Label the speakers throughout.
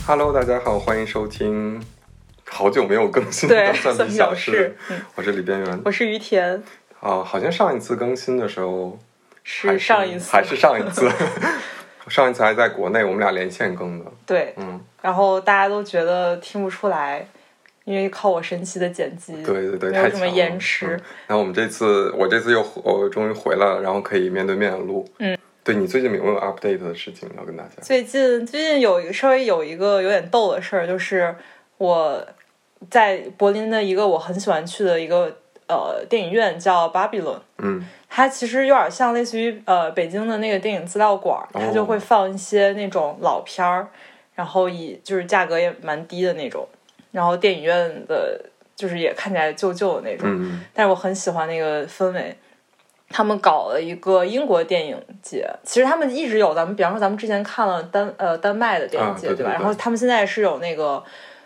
Speaker 1: Hello， 大家好，欢迎收听好久没有更新的蒜皮小事。我是李边缘，
Speaker 2: 我是于田。
Speaker 1: 好像上一次更新的时候
Speaker 2: 是上一次，
Speaker 1: 还是上一次，上一次还在国内，我们俩连线更的。
Speaker 2: 对，然后大家都觉得听不出来，因为靠我神奇的剪辑，
Speaker 1: 对，
Speaker 2: 没有什么延迟。
Speaker 1: 然后我这次我终于回来了，然后可以面对面的录。对，你最近有没有 update 的事情要跟大家？
Speaker 2: 最近稍微有一个有点逗的事儿，就是我在柏林的一个我很喜欢去的一个电影院叫巴比伦。它其实有点像类似于北京的那个电影资料馆，它就会放一些那种老片儿，然后就是价格也蛮低的那种，然后电影院的就是也看起来旧旧的那种，但是我很喜欢那个氛围。他们搞了一个英国电影节，其实他们一直有比方说咱们之前看了丹麦的电影节，
Speaker 1: 对吧？
Speaker 2: 然后他们现在是有那个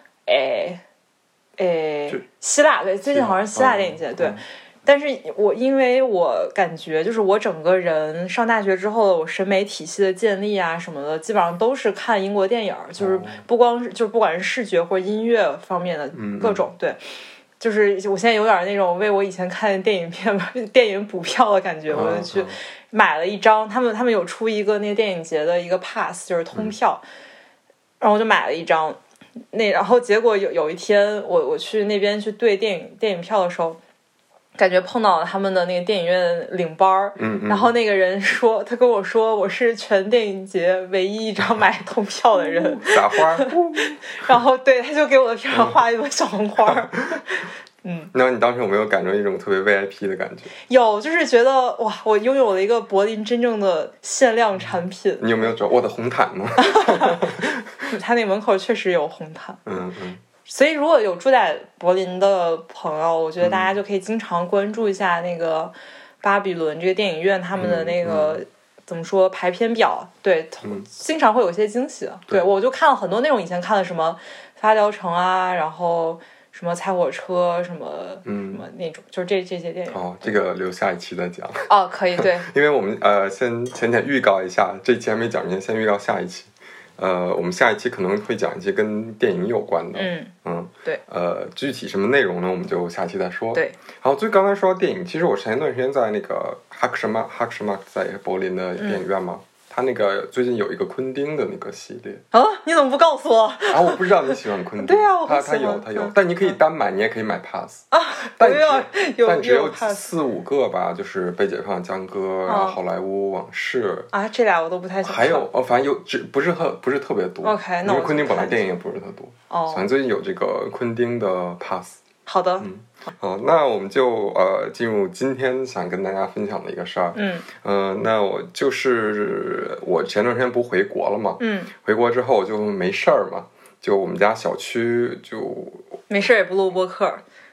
Speaker 2: 希腊，对，最近好像是希腊电影节，对。但是因为我感觉就是我整个人上大学之后，我审美体系的建立啊什么的，基本上都是看英国电影，就是不管是视觉或者音乐方面的各种，对。就是我现在有点那种为我以前看电影补票的感觉，我就去买了一张，他们有出一个那个电影节的一个 pass， 就是通票，然后我就买了一张，然后结果有一天我去那边去对电影票的时候，感觉碰到了他们的那个电影院领班，然后那个人说，他跟我说我是全电影节唯一一张买通票的人，
Speaker 1: 撒花，
Speaker 2: 然后对，他就给我的票上画一朵小红花。
Speaker 1: 那你当时有没有感觉一种特别 VIP 的感觉？
Speaker 2: 有，就是觉得哇，我拥有了一个柏林真正的限量产品。
Speaker 1: 你有没有觉得我的红毯呢？
Speaker 2: 他那门口确实有红毯。所以如果有住在柏林的朋友，我觉得大家就可以经常关注一下那个巴比伦这个电影院他们的那个怎么说排片表，对，经常会有一些惊喜。对，我就看了很多那种以前看的什么发条城啊，然后什么踩火车什么什么那种，就是这些电影。
Speaker 1: 这个留下一期再讲。
Speaker 2: 可以，对。
Speaker 1: 因为我们先浅预告一下，这期还没讲之前先预告下一期。我们下一期可能会讲一些跟电影有关的，
Speaker 2: 对，
Speaker 1: 具体什么内容呢，我们就下期再说。
Speaker 2: 对，
Speaker 1: 好，最刚才说到电影，其实我前一段时间在那个哈克什马在柏林的电影院嘛，他那个最近有一个昆汀的那个系列。
Speaker 2: 你怎么不告诉我？
Speaker 1: 我不知道你喜欢昆汀。
Speaker 2: 对啊，我
Speaker 1: 他有，但你可以单买，你也可以买 pass 但只有4-5个吧，就是被解放江歌，然后好莱坞往事
Speaker 2: 这俩我都不太想看。
Speaker 1: 还有反正不是特别多。
Speaker 2: OK，
Speaker 1: 因为昆汀本来电影也不是特多。反正最近有这个昆汀的 pass。
Speaker 2: 好的。
Speaker 1: 那我们就进入今天想跟大家分享的一个事儿。那我前段时间不回国了嘛？回国之后我就没事儿嘛，就我们家小区就
Speaker 2: 没事也不录播客。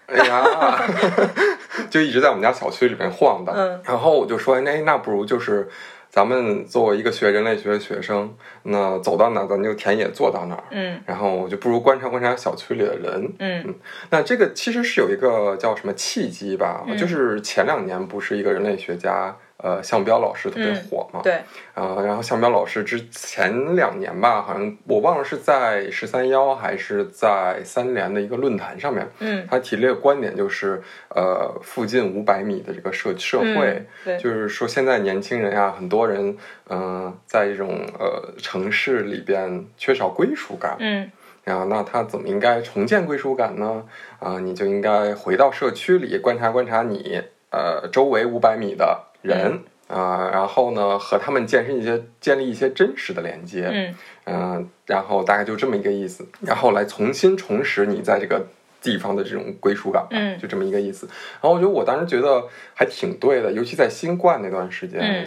Speaker 1: 就一直在我们家小区里面晃荡。然后我就说，那不如就是咱们作为一个学人类学的学生，那走到哪咱就田野做到哪儿。然后我就不如观察小区里的人。那这个其实是有一个叫什么契机吧，就是前2年不是一个人类学家项彪老师特别火嘛。
Speaker 2: 对。
Speaker 1: 然后项彪老师前2年吧，好像我忘了是在13·1还是在3联的一个论坛上面，他提了一个观点，就是附近500米的这个社会，就是说现在年轻人呀，很多人在这种城市里边缺少归属感。然后那他怎么应该重建归属感呢？你就应该回到社区里观察你周围500米的人。然后呢，和他们建立一些真实的连接。然后大概就这么一个意思，然后来重新重拾你在这个地方的这种归属感吧。就这么一个意思。然后我当时觉得还挺对的，尤其在新冠那段时间。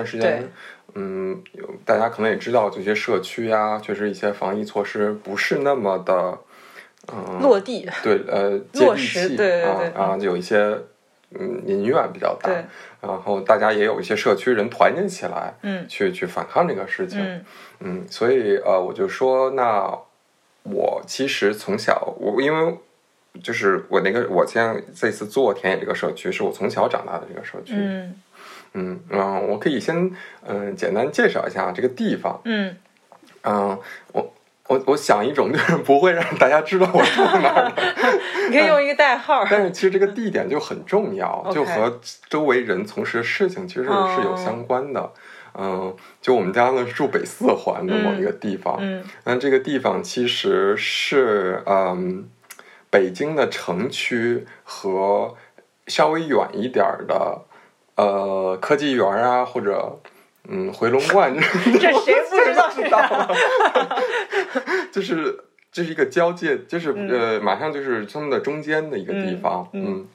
Speaker 1: 大家可能也知道，这些社区呀，确实一些防疫措施不是那么的
Speaker 2: 落地。
Speaker 1: 对，
Speaker 2: 落实。对。
Speaker 1: 有一些民怨比较大。然后大家也有一些社区人团结起来，去反抗这个事情。所以我就说，那我其实从小因为就是我现在这次做田野这个社区是我从小长大的这个社区。我可以先简单介绍一下这个地方。 我想一种就是不会让大家知道我住哪儿的，
Speaker 2: 你可以用一个代号。
Speaker 1: 但是其实这个地点就很重要，就和周围人从事的事情其实是有相关的。就我们家呢是住北4环的某一个地方，那这个地方其实是北京的城区和稍微远一点的科技园啊，或者回龙观
Speaker 2: 这谁不知道
Speaker 1: 呀？这是一个交界，就是马上就是他们的中间的一个地方，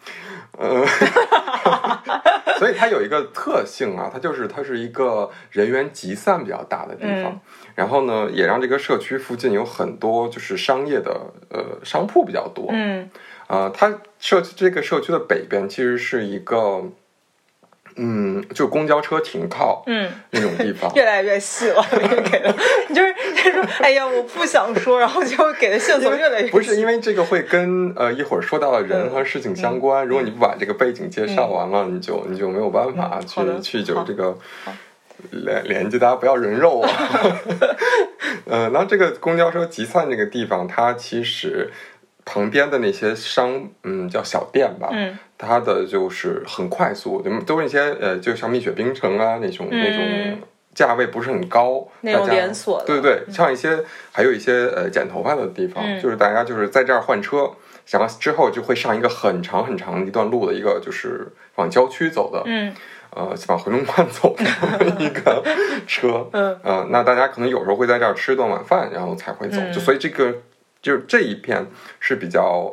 Speaker 1: 所以它有一个特性啊，它是一个人员集散比较大的地方，然后呢，也让这个社区附近有很多就是商业的商铺比较多，它这个社区的北边其实是一个。就公交车停靠，那种地方
Speaker 2: 越来越细了，给的，你就是说，哎呀，我不想说，然后就给的线索越来越细。
Speaker 1: 不是因为这个会跟一会儿说到的人和事情相关，如果你不把这个背景介绍完了，你就没有办法去就这个连接，大家不要人肉啊。那这个公交车集散这个地方，它其实。旁边的那些叫小店吧，它的就是很快速，都是一些就像蜜雪冰城啊那种价位不是很高，
Speaker 2: 那种连锁的，
Speaker 1: 对，像还有一些剪头发的地方，就是大家就是在这儿换车，然后之后就会上一个很长很长一段路的一个就是往郊区走的，往回龙观走的一个车，那大家可能有时候会在这儿吃顿晚饭，然后才会走，就所以就是这一片是比较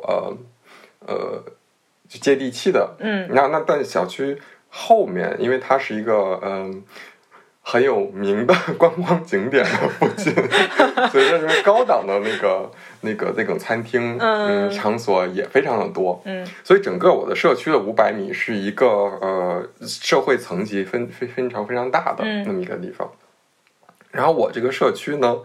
Speaker 1: 接地气的，但小区后面，因为它是一个很有名的观光景点的附近，所以这是高档的那种餐厅场所也非常的多，所以整个我的社区的500米是一个社会层级非常非常大的那么一个地方，然后我这个社区呢。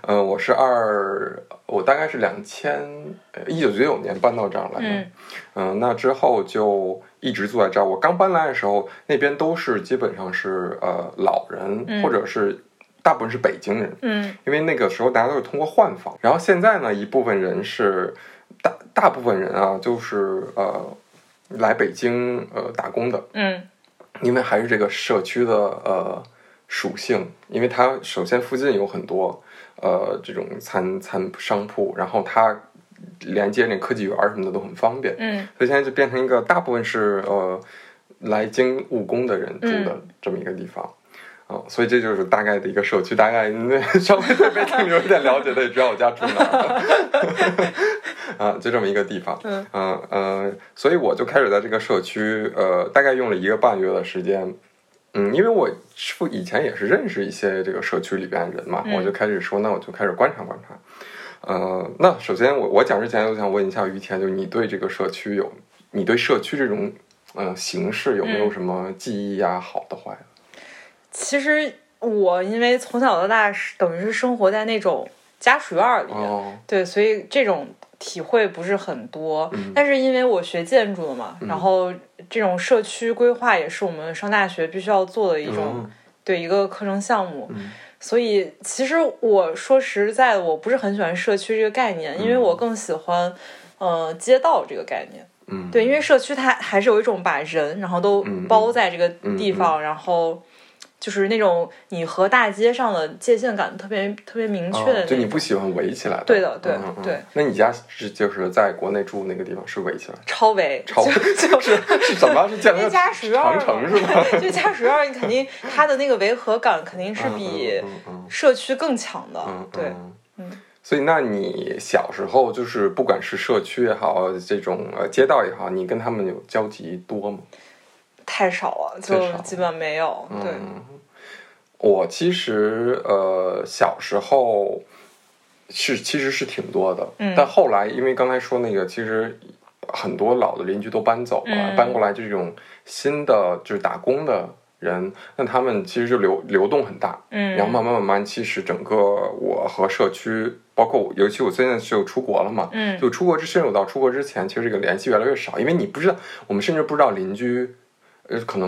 Speaker 1: 我大概是1999年搬到这儿来的，那之后就一直住在这儿。我刚搬来的时候，那边都是基本上是老人，或者是大部分是北京人，因为那个时候大家都是通过换房。然后现在呢，一部分人是大部分人啊，就是来北京打工的，因为还是这个社区的属性，因为它首先附近有很多。这种餐商铺，然后它连接那科技园什么的都很方便，所以现在就变成一个大部分是来京务工的人住的这么一个地方，所以这就是大概的一个社区，大概稍微对北京有一点了解的也知道我家住哪儿，就这么一个地方，所以我就开始在这个社区大概用了1个半月的时间。因为我以前也是认识一些这个社区里边的人嘛，我就开始说，那我就开始观察观察。那首先我讲之前，我想问一下于田，就你对这个社区你对社区这种形式有没有什么记忆呀？好的坏的？
Speaker 2: 其实我因为从小到大等于是生活在那种家属院里，对，所以这种体会不是很多。但是因为我学建筑的嘛，然后这种社区规划也是我们上大学必须要做的一种，对，一个课程项目。所以其实我说实在的，我不是很喜欢社区这个概念，因为我更喜欢街道这个概念。对，因为社区它还是有一种把人然后都包在这个地方，然后就是那种你和大街上的界限感特别明确的，
Speaker 1: 就你不喜欢围起来的。
Speaker 2: 对的，对。
Speaker 1: 那你家就是在国内住那个地方是围起来？
Speaker 2: 超围，
Speaker 1: 是什么？是建了
Speaker 2: 家属院
Speaker 1: 长城是吧？
Speaker 2: 就家属院，你肯定它的那个违和感肯定是比社区更强的。对，
Speaker 1: 所以那你小时候就是不管是社区也好，这种街道也好，你跟他们有交集多吗？
Speaker 2: 太少了，就基本没有。对，
Speaker 1: 我其实小时候其实是挺多的，但后来因为刚才说那个，其实很多老的邻居都搬走了，搬过来这种新的就是打工的人，那他们其实就流动很大，然后慢慢，其实整个我和社区，包括尤其我现在就出国了嘛，就甚至我到出国之前，其实这个联系越来越少，因为你不知道，我们甚至不知道邻居可能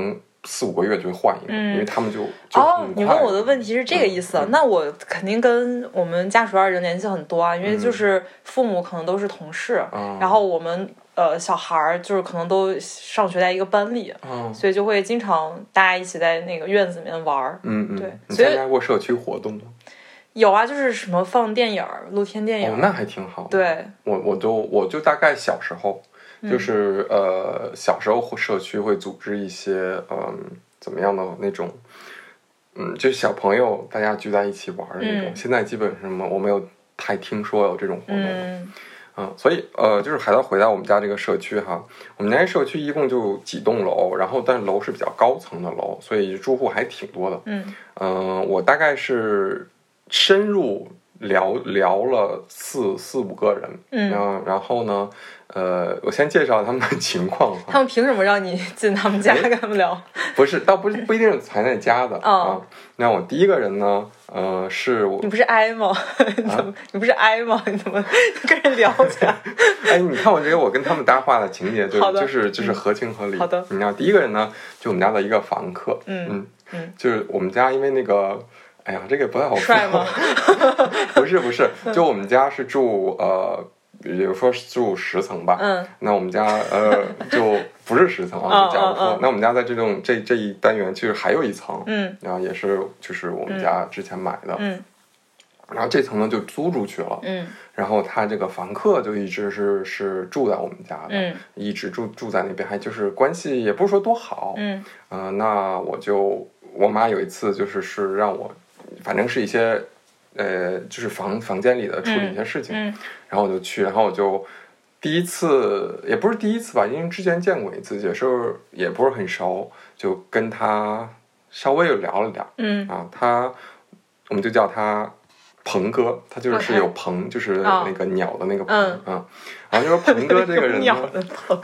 Speaker 1: 4-5个月就会换一个，因为他们就
Speaker 2: 你问我的问题是这个意思，那我肯定跟我们家属2人联系很多啊，因为就是父母可能都是同事，然后我们小孩就是可能都上学在一个班里，所以就会经常大家一起在那个院子里面玩。对。
Speaker 1: 你参加过社区活动吗？
Speaker 2: 有啊，就是什么放电影、露天电影。
Speaker 1: 那还挺好。
Speaker 2: 对，
Speaker 1: 我就大概小时候，就是小时候社区会组织一些怎么样的那种，就是小朋友大家聚在一起玩的那种。现在基本上我没有太听说有这种活动。所以就是还要回到我们家这个社区哈，我们家这社区一共就几栋楼，然后但是楼是比较高层的楼，所以住户还挺多的。我大概是深入聊了4-5个人，然后呢，我先介绍他们的情况。
Speaker 2: 他们凭什么让你进他们家跟他们聊？
Speaker 1: 不是，倒不一定是才在家的那我第一个人呢，是我。
Speaker 2: 你不是 I 吗？你不是 I 吗？你怎么跟人聊起来？
Speaker 1: 你看我这个我跟他们搭话的情节，就是合情合理。
Speaker 2: 好的。
Speaker 1: 你看第一个人呢，就我们家的一个房客。就是我们家因为那个。哎呀，这个不太好说。
Speaker 2: 帅吗？
Speaker 1: 不是，就我们家是住比如说住10层吧。那我们家就不是10层啊。就假如说，那我们家在这一单元其实还有一层。然后也是就是我们家之前买的。然后这层呢就租出去了。然后他这个房客就一直是住在我们家的。一直住在那边，还就是关系也不是说多好。那我妈有一次是让我。反正是一些就是房间里的处理一些事情。然后我就去，然后我就第一次也不是第一次吧，因为之前见过一次，也不是很熟，就跟他稍微有聊了点。我们就叫他鹏哥，他就是有鹏，就是那个鸟的那个鹏。然后就说鹏哥这个人呢，
Speaker 2: 鸟的鹏。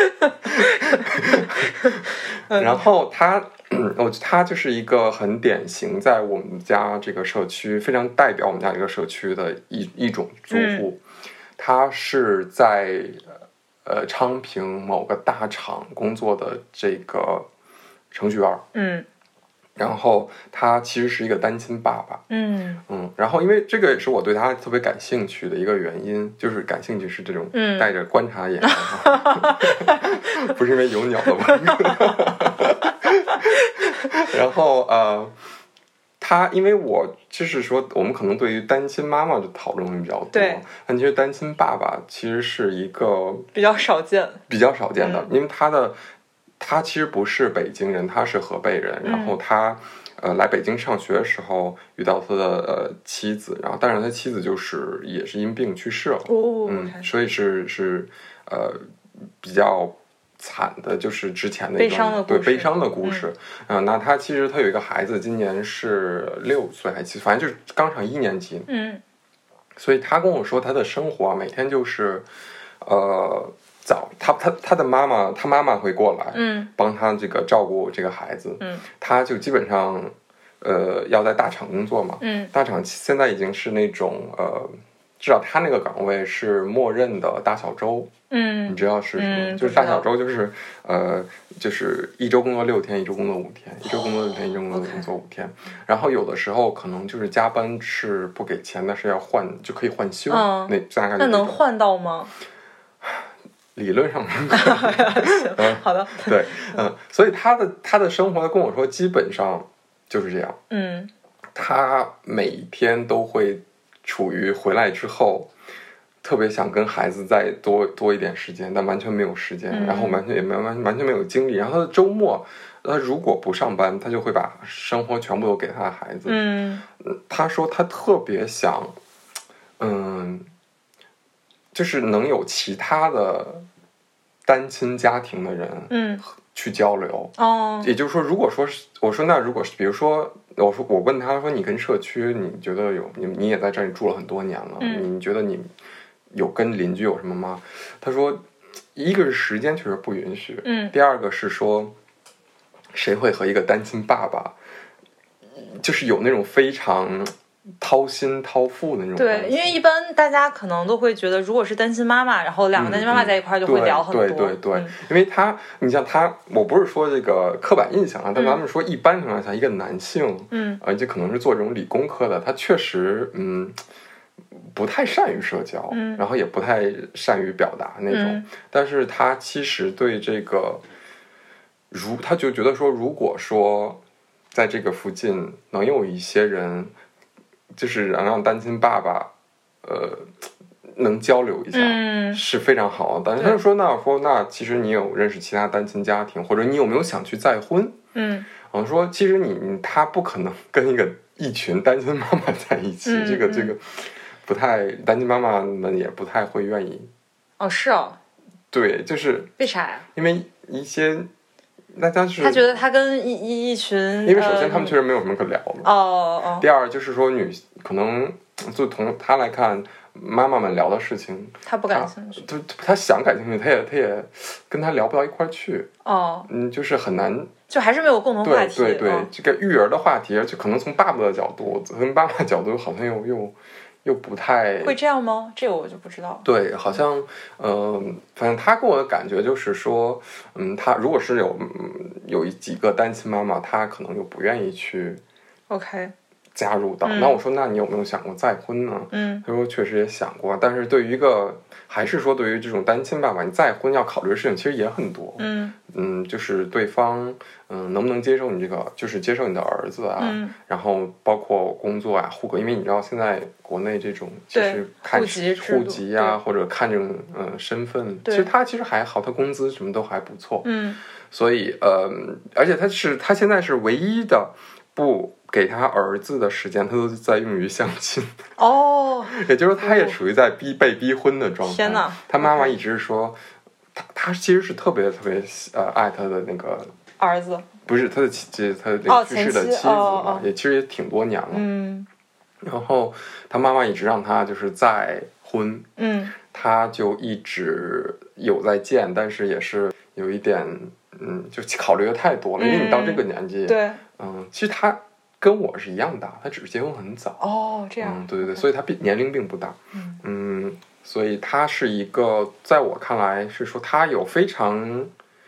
Speaker 1: 然后他就是一个很典型，在我们家这个社区非常代表我们家这个社区的一种租户。他是在昌平某个大厂工作的这个程序员。然后他其实是一个单亲爸爸。然后因为这个也是我对他特别感兴趣的一个原因，就是感兴趣是这种带着观察眼。不是因为有鸟的问然后他因为我就是说我们可能对于单亲妈妈的讨论会比较多，但其实单亲爸爸其实是一个
Speaker 2: 比较少见
Speaker 1: 的。因为他其实不是北京人，他是河北人。然后他来北京上学的时候遇到他的妻子，然后但是他妻子也是因病去世了。所以是比较惨的，就是之前的一段悲伤的故事。那他其实他有一个孩子，今年是6岁还7岁，反正就是刚上1年级。所以他跟我说他的生活每天就是他的妈妈会过来，帮他这个照顾这个孩子。他就基本上要在大厂工作嘛。大厂现在已经是那种至少他那个岗位是默认的大小周。你知道是什么？就是大小周就是1周工作6天，1周工作5天，1周工作6天，1周工作5天。然后有的时候可能就是加班是不给钱，但是要就可以换休。那
Speaker 2: 能换到吗？
Speaker 1: 理论上
Speaker 2: 好的。
Speaker 1: 对。所以他的生活跟我说基本上就是这样。他每天都会处于回来之后特别想跟孩子再多一点时间，但完全没有时间。然后完全没有精力。然后他的周末他如果不上班，他就会把生活全部都给他的孩子。他说他特别想就是能有其他的单亲家庭的人去交流。也就是说，如果说我说那如果比如说我问他说你跟社区你觉得你也在这里住了很多年了，你觉得你有跟邻居有什么吗？他说一个是时间确实不允许，第二个是说谁会和一个单亲爸爸就是有那种非常掏心掏腹的那种
Speaker 2: 对，因为一般大家可能都会觉得，如果是单亲妈妈，然后两个单亲妈妈在一块儿就会聊很多。
Speaker 1: 对，因为你像我不是说这个刻板印象啊，但咱们说一般情况下，一个男性，而且可能是做这种理工科的，他确实不太善于社交，然后也不太善于表达那种，但是他其实对这个，他就觉得说，如果说在这个附近能有一些人，就是让单亲爸爸，能交流一下，是非常好的。但是他就说，那其实你有认识其他单亲家庭，或者你有没有想去再婚？我说其实他不可能跟一群单亲妈妈在一起，这个不太，单亲妈妈们也不太会愿意。
Speaker 2: 哦，是哦。对，
Speaker 1: 就是
Speaker 2: 为啥呀？
Speaker 1: 因为一些。那他
Speaker 2: 觉得他跟一群，
Speaker 1: 因为首先他们确实没有什么可聊的。第二就是说可能就从他来看，妈妈们聊的事情，
Speaker 2: 他不感兴趣。
Speaker 1: 他想感兴趣，他也跟他聊不到一块去。就是很难，
Speaker 2: 就还是没有共同话题。
Speaker 1: 对，这个育儿的话题，就可能从爸爸的角度，从妈妈的角度，好像又不太
Speaker 2: 会这样吗？这个我就不知道。
Speaker 1: 对，好像反正他给我的感觉就是说，他如果是有几个单亲妈妈，他可能就不愿意去加入到。那我说，那你有没有想过再婚呢？他说确实也想过，但是对于还是说对于这种单亲爸爸，你再婚要考虑的事情其实也很多。就是对方能不能接受你这个，就是接受你的儿子啊，然后包括工作啊、户口，因为你知道现在国内这种其实看户籍啊，或者看这种身份，其实他其实还好，他工资什么都还不错。所以而且他现在是唯一的不给他儿子的时间，他都在用于相亲。也就是说他也属于在被逼婚的状态。
Speaker 2: 天哪！
Speaker 1: 他妈妈一直说，他其实是特别特别爱他的那个
Speaker 2: 儿子，
Speaker 1: 不是他的他那个去世的妻子嘛，其实也挺多年了。然后他妈妈一直让他就是再婚。他就一直有在见，但是也是有一点就考虑的太多了，因为你到这个年纪，
Speaker 2: 对，
Speaker 1: 其实他跟我是一样大，他只是结婚很早。
Speaker 2: 这样。
Speaker 1: 对，所以他年龄并不大。所以他是一个，在我看来是说他有非常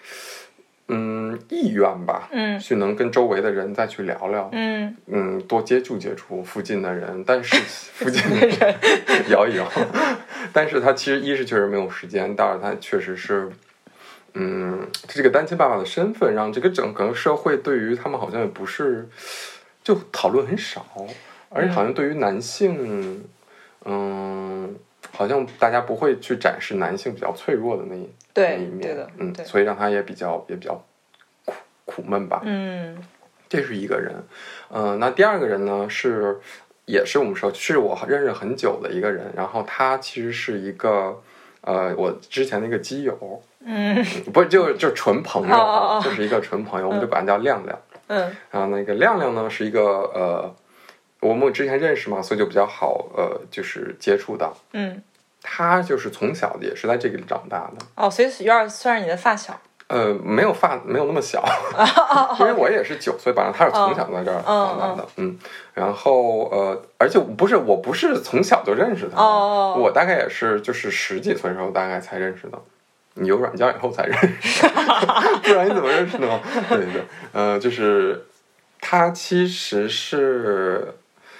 Speaker 1: 意愿吧，去能跟周围的人再去聊聊，多接触附近的人，但是附近的人摇一摇，但是他其实一是确实没有时间，第二他确实是，这个单亲爸爸的身份让这个整个社会对于他们好像也不是，就讨论很少，而且好像对于男性，好像大家不会去展示男性比较脆弱的那一面，所以让他也比较苦闷吧。这是一个人。那第二个人呢也是我们说是我认识很久的一个人，然后他其实是一个我之前的一个基友，不是就纯朋友，就是一个纯朋友，我们就把他叫亮亮。然后那个亮亮呢是一个我们之前认识嘛，所以就比较好就是接触到。他就是从小也是在这个里长大的。所以有
Speaker 2: 点算是你的发小。
Speaker 1: 没有那么小，因为我也是9岁吧，他是从小在这儿长大的。然后而且我不是从小就认识他，我大概也是就是10几岁的时候大概才认识的。你有软件以后才认识，不然你怎么认识呢？对，就是他其实是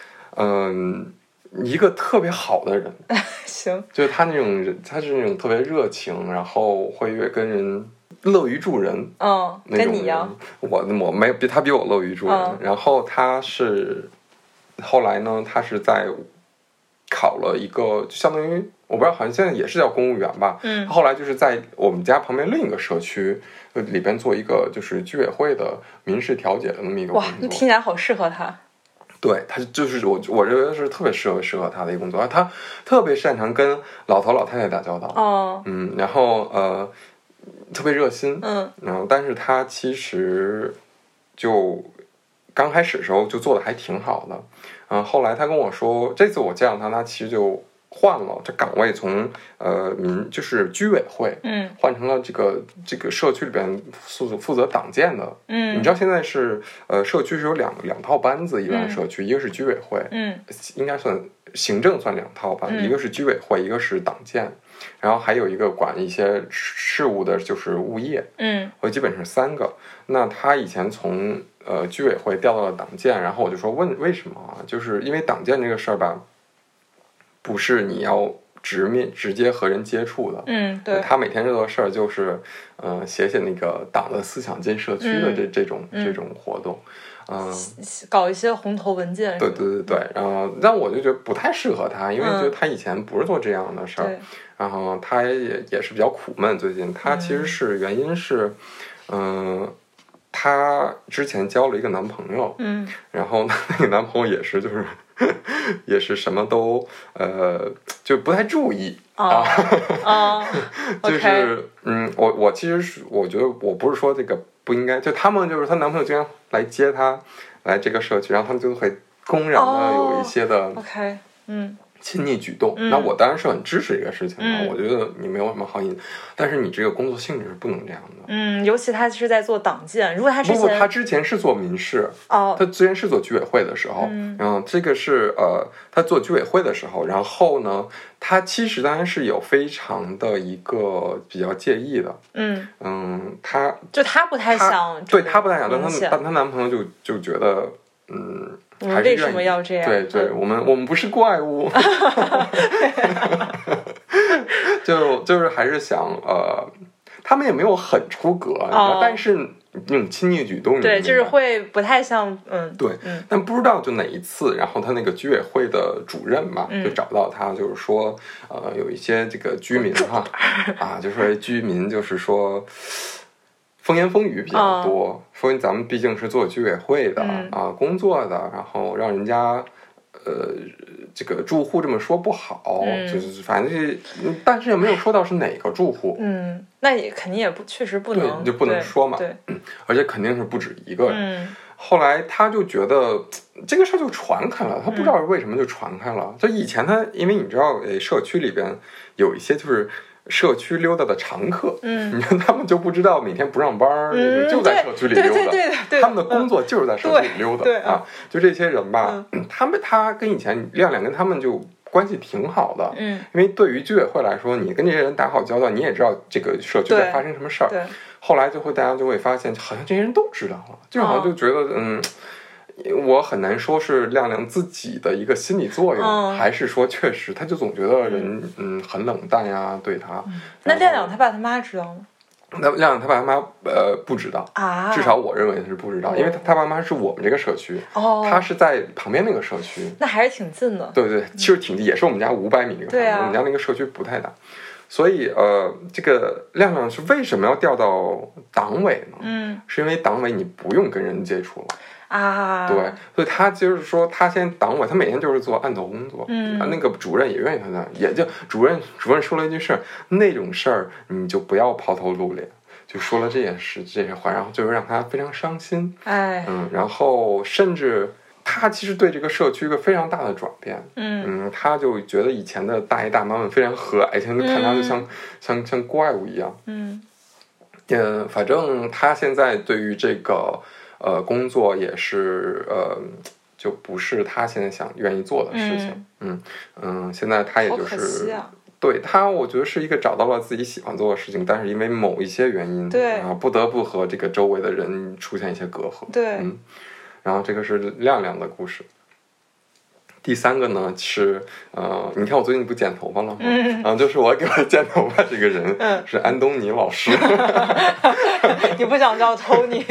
Speaker 1: 一个特别好的人。
Speaker 2: 行，
Speaker 1: 就是他是那种特别热情，然后会跟人乐于助人。
Speaker 2: 跟你一样。
Speaker 1: 我没有他比我乐于助人。然后后来呢，他是在考了一个相当于我不知道，好像现在也是叫公务员吧。后来就是在我们家旁边另一个社区里边做一个就是居委会的民事调解的那么一个工作。
Speaker 2: 那听起来好适合他。
Speaker 1: 对，他就是我认为是特别适合他的一个工作，他特别擅长跟老头老太太打交道。然后特别热心。但是他其实就刚开始的时候就做的还挺好的。后来他跟我说，这次我见到他其实就换了，这岗位从就是居委会，换成了这个社区里边负责党建的，你知道现在是社区是有两套班子，一般社区一个是居委会，应该算行政算2套吧，一个是居委会，一个是党建。然后还有一个管一些事务的，就是物业，我基本上3个。那他以前从居委会调到了党建，然后我就说问为什么啊？就是因为党建这个事儿吧，不是你要直接和人接触的，
Speaker 2: 对，
Speaker 1: 他每天做的事儿就是写那个党的思想进社区的这种活动。
Speaker 2: 搞一些红头文件。
Speaker 1: 对，然后但我就觉得不太适合他，因为觉得他以前不是做这样的事儿，然后他也是比较苦闷。最近他其实是原因是，他之前交了一个男朋友，然后那个男朋友也是就是也是什么都就不太注意就是我其实是我觉得我不是说这个不应该，就他们就是她男朋友经常来接她来这个社区，然后他们就会公然的有一些的亲昵举动，那我当然是很支持这个事情的，我觉得你没有什么好意，但是你这个工作性质是不能这样的。
Speaker 2: 尤其他是在做党建，如果他
Speaker 1: 他之前是做民事，他之前是做居委会的时候，这个是他做居委会的时候，然后呢，他其实当然是有非常的一个比较介意的，他
Speaker 2: 不太想，
Speaker 1: 对他不太想，但她男朋友就觉得
Speaker 2: 我们为什么要这样？
Speaker 1: 对，我们不是怪物，就是还是想他们也没有很出格，但是那种亲昵举动，
Speaker 2: 对，就是会不太像，
Speaker 1: 对，但不知道就哪一次，然后他那个居委会的主任嘛，就找到他，就是说有一些这个居民就是居民就是说。风言风语比较多，说咱们毕竟是做居委会的工作的，然后让人家这个住户这么说不好，就是反正但是也没有说到是哪个住户，
Speaker 2: 那也肯定也确实不能，
Speaker 1: 就不能说嘛，
Speaker 2: 对，
Speaker 1: 而且肯定是不止一个人。后来他就觉得这个事儿就传开了，他不知道为什么就传开了。就以前他因为你知道，社区里边有一些就是社区溜达的常客，你看他们就不知道每天不上班，就在社区里溜达，他们的工作就是在社区里溜达就这些人吧，他跟以前亮亮跟他们就关系挺好的，因为对于居委会来说，你跟这些人打好交道，你也知道这个社区在发生什么事儿。后来大家就会发现，好像这些人都知道了，就好像就觉得我很难说是亮亮自己的一个心理作用，还是说确实他就总觉得人很冷淡呀，对他。
Speaker 2: 那亮亮他爸他妈知道吗？
Speaker 1: 那亮亮他爸他妈不知道至少我认为是不知道，因为他爸妈是我们这个社区，他是在旁边那个社区，
Speaker 2: 那还是挺近的。
Speaker 1: 对，其实挺近，也是我们家500米那个房子，我们家那个社区不太大。所以这个亮亮是为什么要调到党委呢？是因为党委你不用跟人接触了对，所以他就是说他先党委，他每天就是做案头工作，那个主任也愿意他那，也就主任说了一句事儿，那种事儿你就不要抛头露脸，就说了这些话，然后就是让他非常伤心，然后甚至。他其实对这个社区一个非常大的转变，他就觉得以前的大爷大妈们非常和蔼，现在看他就像怪物一样，反正他现在对于这个工作也是就不是他现在愿意做的事情，现在他也就是对他，我觉得是一个找到了自己喜欢做的事情，但是因为某一些原因，不得不和这个周围的人出现一些隔阂，然后这个是亮亮的故事。第3个呢是你看我最近不剪头发了吗？就是我给我剪头发这个人是安东尼老师。
Speaker 2: 你不想叫 Tony？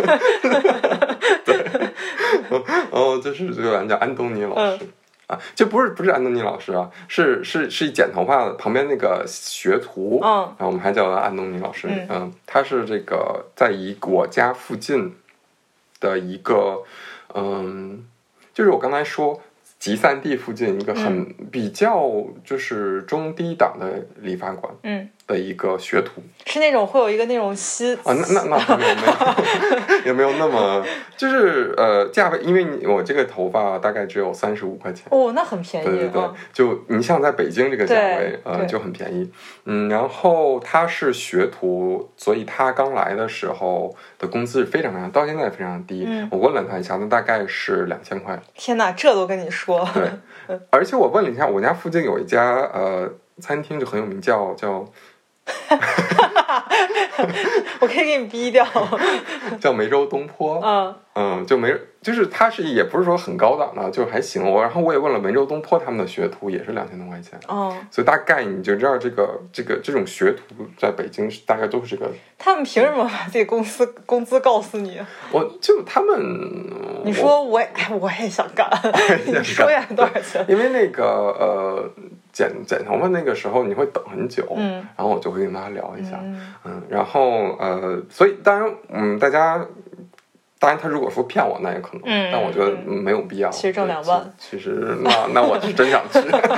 Speaker 1: 对，就是这个人叫安东尼老师。就不是安东尼老师啊，是剪头发旁边那个学徒，然后我们还叫他安东尼老师。他是这个在我家附近的一个就是我刚才说集散地附近一个比较就是中低档的理发馆， 的一个学徒，
Speaker 2: 是那种会有一个那种吸
Speaker 1: 啊，那没有也没有那么就是价位，因为我这个头发大概只有35块钱
Speaker 2: 哦，那很便宜。
Speaker 1: 对，就你像在北京这个价位就很便宜。然后他是学徒，所以他刚来的时候的工资是非常非常，到现在非常低。我问了他一下，那大概是2000块。
Speaker 2: 天哪，这都跟你说。
Speaker 1: 对，而且我问了一下，我家附近有一家餐厅就很有名，叫
Speaker 2: 我可以给你逼掉。
Speaker 1: 叫梅州东坡。就是它是也不是说很高档的，就还行。然后我也问了梅州东坡他们的学徒，也是2000多块钱。所以大概你就知道这种学徒在北京大概都是这个。
Speaker 2: 他们凭什么把自己工资告诉你？
Speaker 1: 他们，
Speaker 2: 你说我也想干，你说呀多少钱？
Speaker 1: 因为那个剪头发那个时候你会等很久，然后我就会跟他聊一下，然后所以当然大家。当然，他如果说骗我，那也可能，但我觉得没有必要。
Speaker 2: 其实挣2万，
Speaker 1: 其实那我是真想去。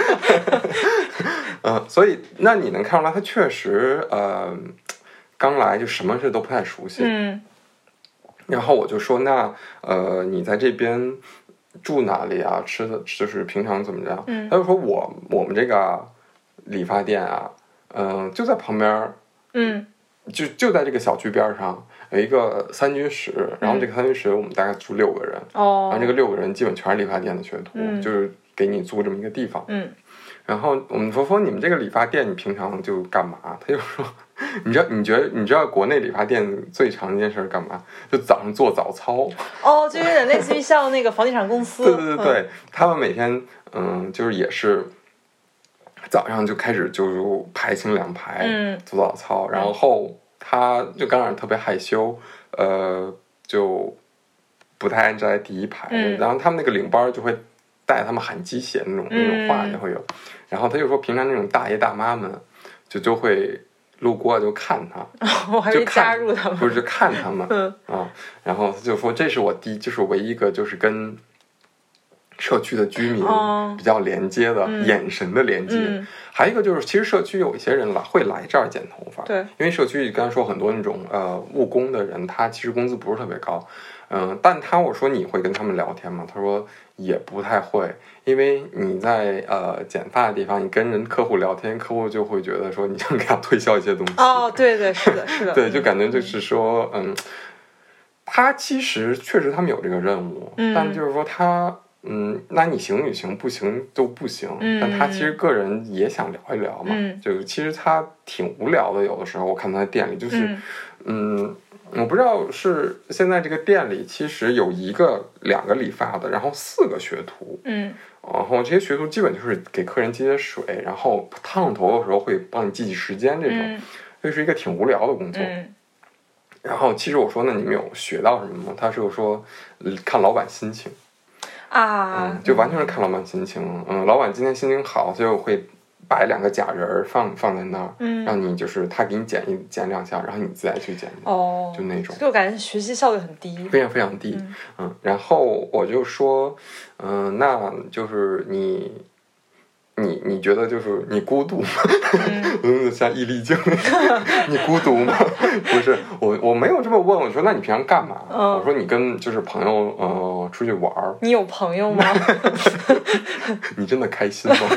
Speaker 1: 所以那你能看出来，他确实刚来就什么事都不太熟悉。然后我就说，那你在这边住哪里啊？吃的就是平常怎么样？他就说我们这个理发店啊，就在旁边，就在这个小区边上。有一个3居室，然后这个3居室我们大概住6个人，然后这个6个人基本全是理发店的学徒，就是给你租这么一个地方。然后我们说你们这个理发店你平常就干嘛？他就说，你知道国内理发店最常见一件事干嘛？就早上做早操。
Speaker 2: 就有点类似于像那个房地产公司。
Speaker 1: 对，他们每天就是也是早上就开始就是排成2排，做早操，然后。他就刚开始特别害羞，就不太爱在第一排，然后他们那个领班就会带他们喊鸡血那种话也会有，然后他就说平常那种大爷大妈们就会路过就看他，
Speaker 2: 我还没加入他们，
Speaker 1: 不是就看他们，然后他就说这是我就是唯一一个就是跟社区的居民比较连接的眼神的连接，还有一个就是其实社区有一些人会来这儿剪头发，
Speaker 2: 对，
Speaker 1: 因为社区刚才说很多那种务工的人，他其实工资不是特别高，但我说你会跟他们聊天吗？他说也不太会，因为你在剪发的地方，你跟客户聊天，客户就会觉得说你想给他推销一些东西。
Speaker 2: 对，是的，
Speaker 1: 对，就感觉就是说他其实确实他们有这个任务，但就是说他。那你行与行，不行就不行。但他其实个人也想聊一聊嘛，就其实他挺无聊的。有的时候我看他在店里，就是我不知道是现在这个店里其实有1个2个理发的，然后4个学徒，然后这些学徒基本就是给客人接水，然后烫头的时候会帮你记时间，这种这是一个挺无聊的工作。然后其实我说那你们有学到什么吗？他是说看老板心情。就完全是看老板心情。老板今天心情好，就会摆2个假人放在那儿，让你就是他给你剪2下，然后你自己去剪。就那种，
Speaker 2: 就感觉学习效率很低，
Speaker 1: 非常非常低。然后我就说，那就是你觉得就是你孤独吗？像易立竞，你孤独吗？不是，我没有这么问。我说那你平常干嘛？我说你跟就是朋友出去玩儿。
Speaker 2: 你有朋友吗？
Speaker 1: 你真的开心吗？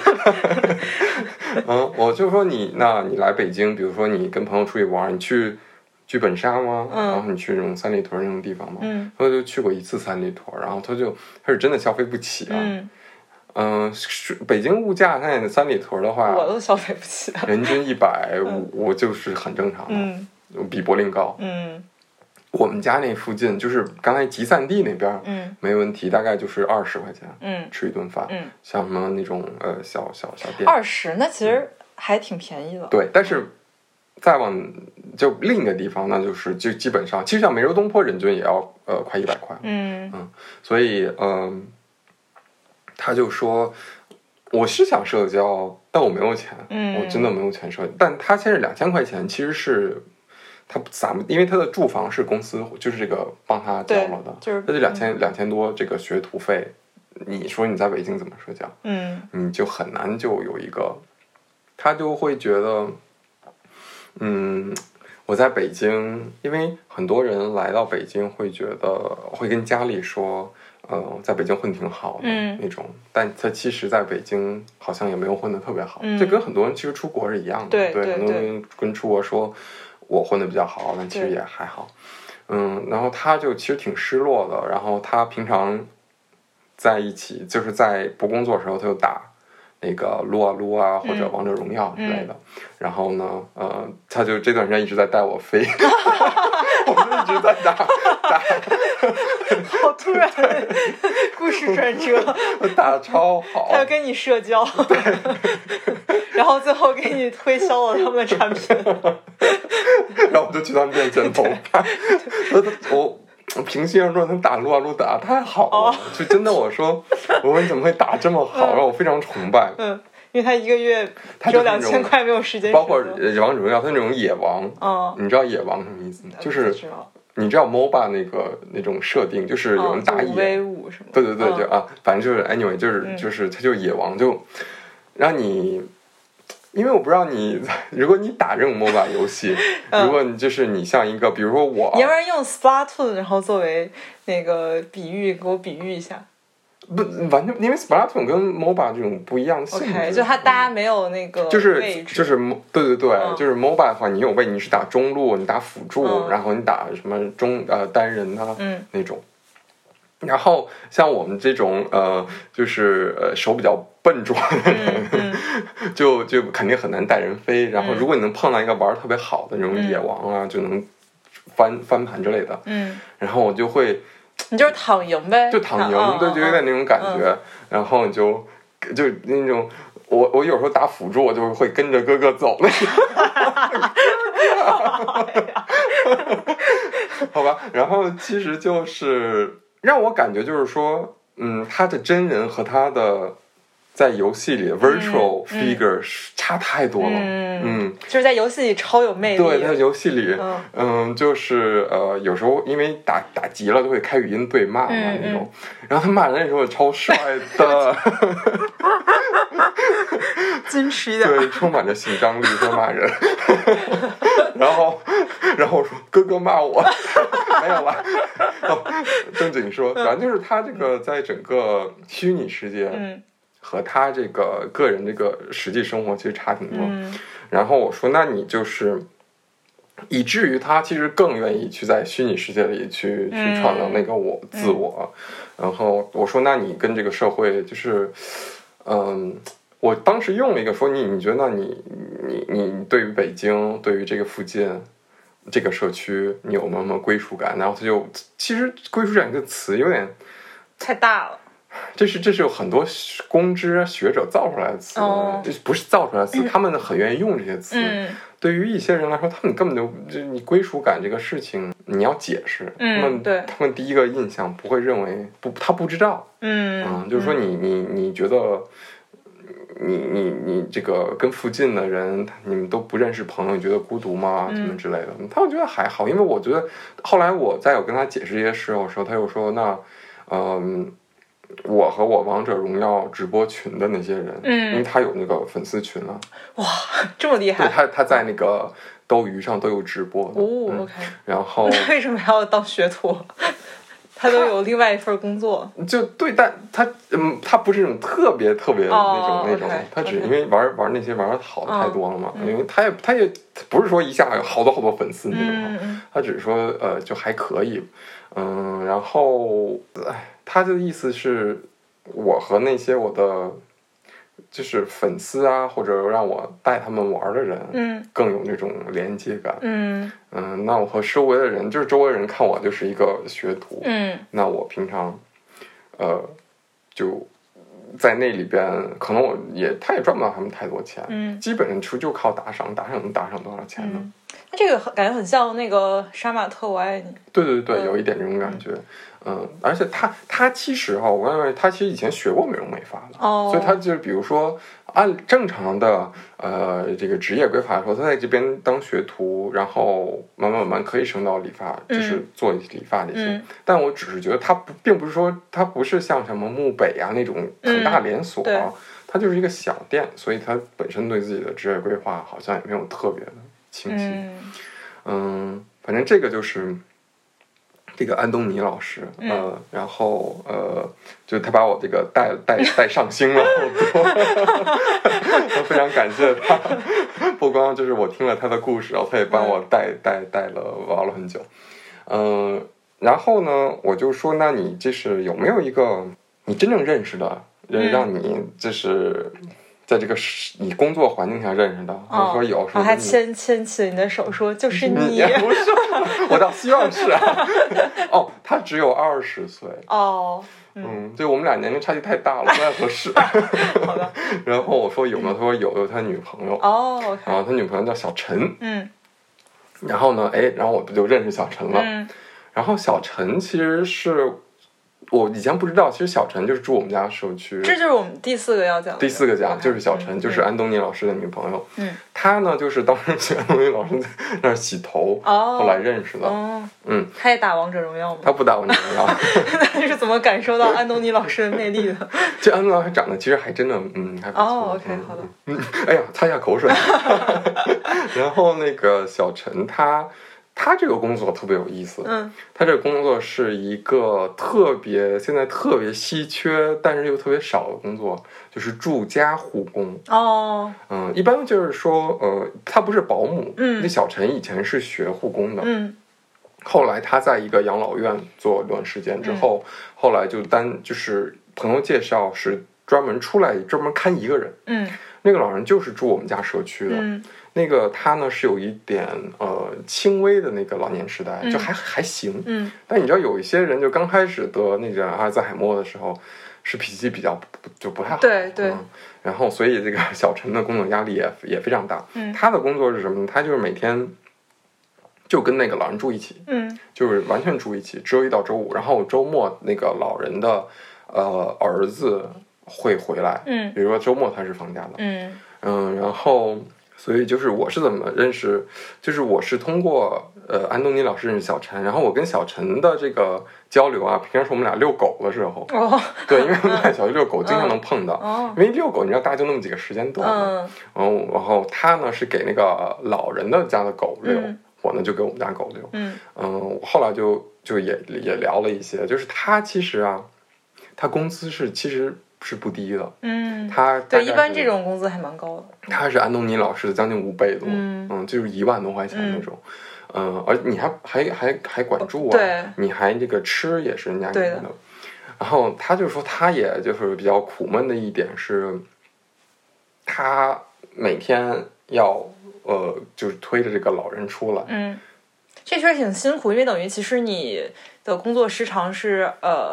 Speaker 1: 我就说你来北京，比如说你跟朋友出去玩，你去剧本杀吗？然后你去这种三里屯那种地方吗？他就去过1次三里屯，然后他是真的消费不起啊。北京物价现在三里屯的话，
Speaker 2: 我都消费不起，
Speaker 1: 人均150就是很正常的，比柏林高。我们家那附近就是刚才集散地那边，没问题，大概就是20块钱，吃一顿饭，像什么那种小店
Speaker 2: ，20那其实还挺便宜的。
Speaker 1: 对，但是再往就另一个地方，那就基本上，其实像梅州东坡人均也要快100块，所以他就说我是想社交，但我没有钱，我真的没有钱社交。但他先是2000块钱，其实是他因为他的住房是公司就是这个帮他交了的，
Speaker 2: 就是
Speaker 1: 他就2000多这个学徒费。你说你在北京怎么社交？你就很难就有一个，他就会觉得我在北京，因为很多人来到北京会觉得会跟家里说，在北京混挺好的那种，但他其实在北京好像也没有混得特别好，这跟很多人其实出国是一样的，
Speaker 2: 对，
Speaker 1: 很多人跟出国说我混得比较好，但其实也还好，然后他就其实挺失落的，然后他平常在一起就是在不工作的时候他就打那个撸啊撸啊或者王者荣耀之类的，然后呢他就这段时间一直在带我飞我就一直在打
Speaker 2: 好突然的故事转折
Speaker 1: 打得超好，
Speaker 2: 他要跟你社交然后最后给你推销了他们的产品
Speaker 1: 然后我就去他们店剪头发我平心而论他打撸啊撸打得太好了，就真的我说你怎么会打这么好，让我非常崇拜，
Speaker 2: 因为他一个月只有2000块没有时间，
Speaker 1: 包括王者荣耀他那种野王，你知道野王什么意思吗？就是你知道 MOBA 那种设定，就是有人打野
Speaker 2: 5v5什么，
Speaker 1: 对，就反正就是 anyway 就是他就是野王，就让你，因为我不知道如果你打这种 MOBA 游戏，如果你像一个，比如说我，
Speaker 2: 你要不然用 Splatoon 然后作为那个比喻，给我比喻一下。
Speaker 1: 不完全，因为 Splatoon 跟 MOBA 这种不一样的性质。
Speaker 2: OK， 就大家没有那个
Speaker 1: 就是
Speaker 2: 对，
Speaker 1: 就是 MOBA 的话，你有位你是打中路，你打辅助，然后你打什么单人啊，那种。然后像我们这种就是手比较笨拙的人，就肯定很难带人飞。然后如果你能碰到一个玩特别好的那种野王啊，就能翻盘之类的。然后我就会。
Speaker 2: 你就是躺赢呗，
Speaker 1: 就躺赢，对，就有点那种感觉。然后就那种，我有时候打辅助，我就会跟着哥哥走那个。好吧，然后其实就是让我感觉就是说，他的真人和他的在游戏里的 virtual figure 差太多了。
Speaker 2: 就是在游戏里超有魅力。
Speaker 1: 对，在游戏里，就是有时候因为打急了就会开语音对骂嘛那种，然后他骂人的时候超帅的，
Speaker 2: 矜持一点，
Speaker 1: 对，充满着性张力在骂人，然后我说哥哥骂我，没有了，正经说，反正就是他这个在整个虚拟世界，和他这个个人这个实际生活其实差挺多。然后我说那你就是以至于他其实更愿意去在虚拟世界里去创造那个自我。然后我说那你跟这个社会就是我当时用了一个说你觉得你对于北京对于这个附近这个社区你有没有什么归属感？然后他就其实归属感这个词有点
Speaker 2: 太大了，
Speaker 1: 这是有很多公知学者造出来的词，不是造出来的词，他们很愿意用这些词。对于一些人来说，他们根本就你归属感这个事情，你要解释，他们第一个印象不会认为他不知道，就是说你觉得你这个跟附近的人你们都不认识朋友，你觉得孤独吗？什么之类的，他会觉得还好，因为我觉得后来我再有跟他解释这些事的时候，他又说那我和我王者荣耀直播群的那些人，因为他有那个粉丝群啊，
Speaker 2: 哇，这么厉害！
Speaker 1: 对，他在那个斗鱼上都有直播的
Speaker 2: ，OK。
Speaker 1: 然后
Speaker 2: 他为什么要当学徒？他都有另外一份工作。
Speaker 1: 就对，但他不是那种特别那种，他只因为玩那些玩好的太多了嘛，因为他也不是说一下有好多粉丝那种，他只是说就还可以，然后他的意思是我和那些我的就是粉丝啊，或者让我带他们玩的人，更有那种连接感。那我和周围的人，就是周围人看我就是一个学徒，那我平常就在那里边，可能他也赚不到他们太多钱，基本上就靠打赏能打赏多少钱呢？
Speaker 2: 那这个感觉很像那个杀马特我爱你。
Speaker 1: 对，有一点这种感觉。而且他其实我认为他其实以前学过美容美发的，所以他就是比如说按正常的这个职业规划来说，他在这边当学徒，然后慢慢可以升到理发，就是做理发这些。但我只是觉得他并不是说他不是像什么木北啊那种很大连锁，他就是一个小店，所以他本身对自己的职业规划好像也没有特别的。 清晰。反正这个就是这个安东尼老师，然后就他把我这个带上心了好多，我非常感谢他，不光就是我听了他的故事，然后他也帮我带了很久，然后呢，我就说，那你就是有没有一个你真正认识的人，让你就是在这个你工作环境下认识的？我说有，
Speaker 2: 还牵起你的手说就是你，
Speaker 1: 不是，我倒希望是啊。哦，他只有20岁。
Speaker 2: 哦。
Speaker 1: 就我们俩年龄差距太大了，不太合适。
Speaker 2: 好的。
Speaker 1: 然后我说有吗？他说有他女朋友。
Speaker 2: 哦。Okay.
Speaker 1: 然后他女朋友叫小陈。然后呢，然后我就认识小陈了。然后小陈其实是我以前不知道，其实小陈就是住我们家社区。这就是
Speaker 2: 我们第4个要讲的。
Speaker 1: 第4个讲就是小陈，就是安东尼老师的女朋友。他呢就是当时去安东尼老师在那儿洗头，后来认识的。
Speaker 2: 他也打王者荣耀吗？
Speaker 1: 他不打王者荣耀。
Speaker 2: 那是怎么感受到安东尼老师的魅力的？
Speaker 1: 这安东尼老师长得其实还真的，还不错。
Speaker 2: OK， 好的。
Speaker 1: 哎呀，擦一下口水。然后那个小陈他这个工作特别有意思。他这个工作是一个现在特别稀缺，但是又特别少的工作，就是住家护工。一般就是说，他不是保姆。那小陈以前是学护工的。后来他在一个养老院做一段时间之后，后来就是朋友介绍是专门看一个人。那个老人就是住我们家社区的。那个他呢是有一点轻微的那个老年痴呆，就还行。但你知道有一些人就刚开始得那个阿尔兹海默的时候，是脾气比较就不太好。
Speaker 2: 对。
Speaker 1: 然后所以这个小陈的工作压力也非常大。他的工作是什么呢？他就是每天就跟那个老人住一起。就是完全住一起，周一到周五，然后周末那个老人的儿子会回来。比如说周末他是放假的。然后所以就是我是怎么认识，就是我是通过安东尼老师认识小陈，然后我跟小陈的这个交流啊，平常是我们俩遛狗的时候。对，因为我们在小区遛狗经常能碰到。因为遛狗你知道大家就那么几个时间段嘛。然后他呢是给那个老人的家的狗遛。我呢就给我们家狗遛。我后来就也聊了一些，就是他其实啊，他工资其实是不低的。他
Speaker 2: 对，一般这种工资还蛮高的。
Speaker 1: 他是安东尼老师的将近5倍多。就是1万多块钱那种。而你还管住啊。
Speaker 2: 对，
Speaker 1: 你还这个吃也是人家给的。然后他就说他也就是比较苦闷的一点是，他每天要就是推着这个老人出来。
Speaker 2: 这确实挺辛苦，因为等于其实你的工作时长是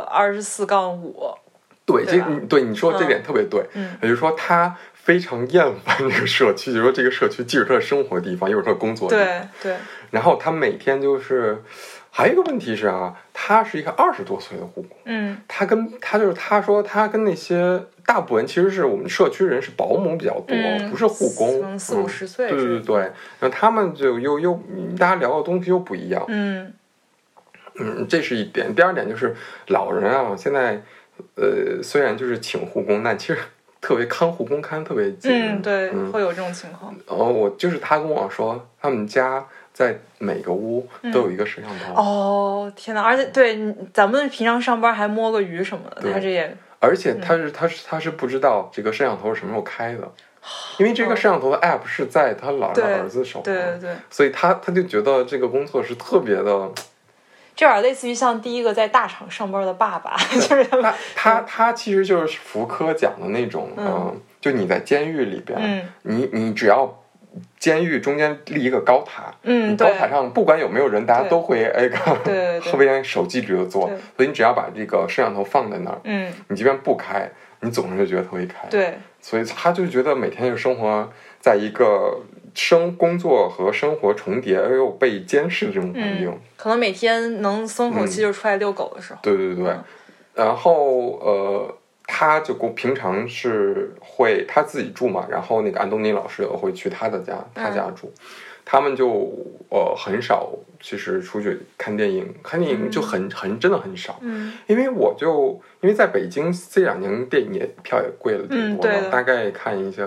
Speaker 2: 24-5。
Speaker 1: 对，你说这点特别对。也就是说他非常厌烦这个社区，就是说这个社区既是他的生活地方，又是他的工作地方。
Speaker 2: 对。
Speaker 1: 然后他每天就是还有一个问题是啊，他是一个20多岁的护工。他说他跟那些大部分其实是我们社区人是保姆比较多，不是护工
Speaker 2: ，40-50岁。
Speaker 1: 对。然后他们就又大家聊的东西又不一样。这是一点。第二点就是老人啊，现在虽然就是请护工，但其实特别看护工看特别紧。
Speaker 2: 对，会有这种情况。
Speaker 1: 他跟我说他们家在每个屋都有一个摄像头。
Speaker 2: 天哪！而且对咱们平常上班还摸个鱼什么的，他这也。
Speaker 1: 而且他是不知道这个摄像头是什么时候开的，因为这个摄像头的 app 是在他老人的儿子手上。
Speaker 2: 对。
Speaker 1: 所以他就觉得这个工作是特别的。
Speaker 2: 这有点类似于像第一个在大厂上班的爸爸，就是
Speaker 1: 他其实就是福柯讲的那种。就你在监狱里边，你只要监狱中间立一个高塔，高塔上不管有没有人，大家都会后边手机里头做，所以你只要把这个摄像头放在那儿，你即便不开，你总是就觉得它会开。
Speaker 2: 对，
Speaker 1: 所以他就觉得每天就生活在一个工作和生活重叠而又被监视的这种环境。
Speaker 2: 可能每天能松口气就出来遛狗的时候。
Speaker 1: 对。然后他就平常是会他自己住嘛，然后那个安东尼老师也会去他家住。他们就很少其实出去看电影就真的很少。因为在北京这2年电影票也贵了挺多的。大概看一下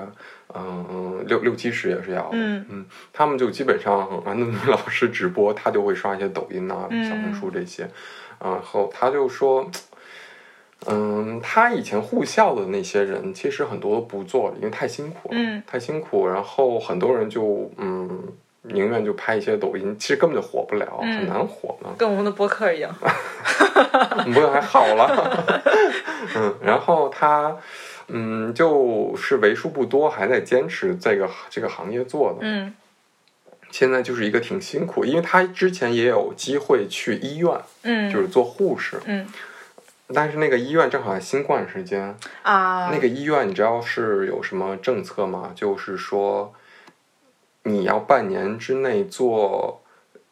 Speaker 1: 60-70也是要的。他们就基本上安东尼老师直播，他就会刷一些抖音啊、小红书这些，然后他就说。他以前护校的那些人，其实很多都不做了，因为太辛苦了，太辛苦。然后很多人就宁愿就拍一些抖音，其实根本就火不了，很难火嘛，
Speaker 2: 跟我们的播客一样。
Speaker 1: 我们播客还好了，然后他就是为数不多还在坚持这个行业做的，现在就是一个挺辛苦，因为他之前也有机会去医院，就是做护士，但是那个医院正好在新冠时间啊，那个医院你知道是有什么政策吗？就是说你要半年之内做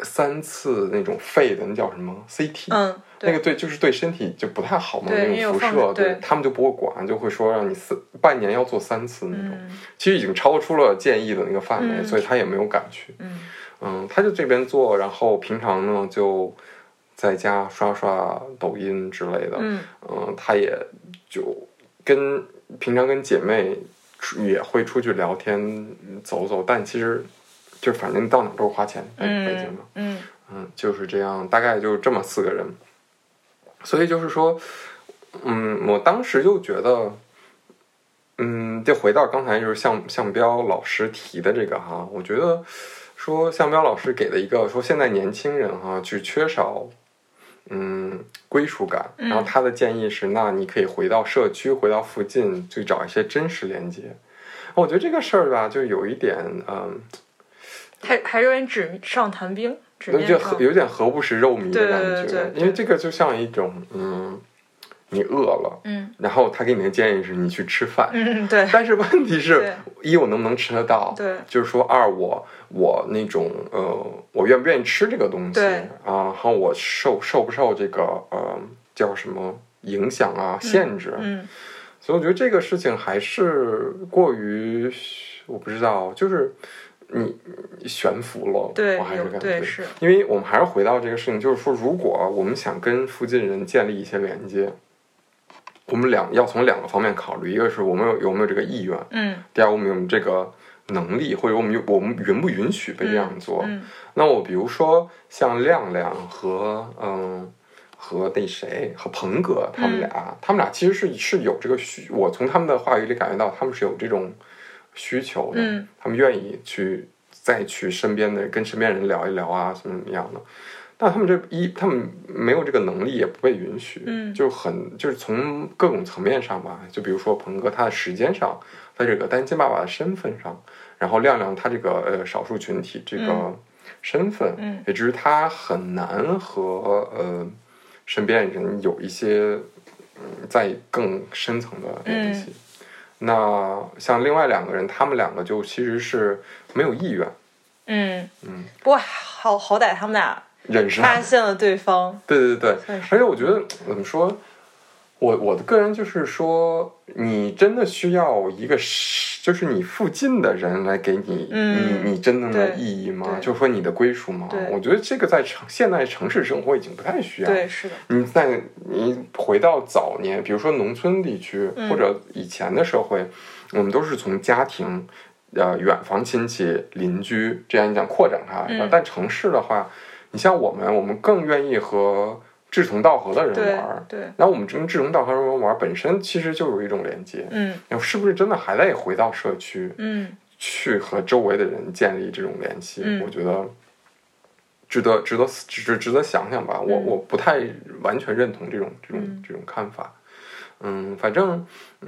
Speaker 1: 3次那种肺的，那叫什么 CT，那个就是对身体就不太好嘛，那种辐射，对他们就不会管，就会说让你半年要做3次那种，其实已经超出了建议的那个范围，所以他也没有敢去，他就这边做，然后平常呢就在家刷刷抖音之类的，他也就平常跟姐妹也会出去聊天走走，但其实就反正到哪都是花钱，北京的，就是这样，大概就这么4个人，所以就是说，我当时就觉得，就回到刚才就是向彪老师提的这个哈，我觉得说向彪老师给的一个说现在年轻人哈就缺少。归属感，然后他的建议是，那你可以回到社区，回到附近，去找一些真实连接。我觉得这个事儿吧，就有一点，
Speaker 2: 还有点纸上谈兵，
Speaker 1: 就有点何不食肉糜的感觉，
Speaker 2: 对，
Speaker 1: 因为这个就像一种，你饿了，然后他给你的建议是你去吃饭，
Speaker 2: 对。
Speaker 1: 但是问题是，一我能不能吃得到？
Speaker 2: 对，
Speaker 1: 就是说二我那种我愿不愿意吃这个东西啊？然后我受不受这个叫什么影响啊、限制？所以我觉得这个事情还是过于我不知道，就是你悬浮了。
Speaker 2: 对，
Speaker 1: 我还是感觉，
Speaker 2: 是
Speaker 1: 因为我们还是回到这个事情，就是说，如果我们想跟附近人建立一些连接。我们要从2个方面考虑，一个是我们有没有这个意愿，第二我们有没有这个能力，或者我们允不允许被这样做。那我比如说像亮亮和那谁和鹏哥他们俩其实是有这个我从他们的话语里感觉到他们是有这种需求的，他们愿意再去跟身边人聊一聊啊，怎么样的。但他们没有这个能力，也不被允许，就是从各种层面上吧，就比如说鹏哥他的时间上，在这个单亲爸爸的身份上，然后亮亮他这个少数群体这个身份，也就是他很难和身边人有一些在更深层的联系。那像另外2个人，他们2个就其实是没有意愿。
Speaker 2: 不过好歹他们俩发现了对方。
Speaker 1: 对，而且我觉得怎么说，我的个人就是说，你真的需要一个就是你附近的人来给你你真正的意义吗？就是说你的归属吗？我觉得这个在现在城市生活已经不太需要。
Speaker 2: 对，是的。
Speaker 1: 你回到早年，比如说农村地区或者以前的社会，我们都是从家庭、远房亲戚、邻居这样讲扩展开来的。但城市的话，你像我们更愿意和志同道合的人玩，
Speaker 2: 对，
Speaker 1: 然后我们跟志同道合的人玩本身其实就有一种连接，然后是不是真的还得回到社区，去和周围的人建立这种联系？我觉得值得想想吧。我不太完全认同这种看法。反正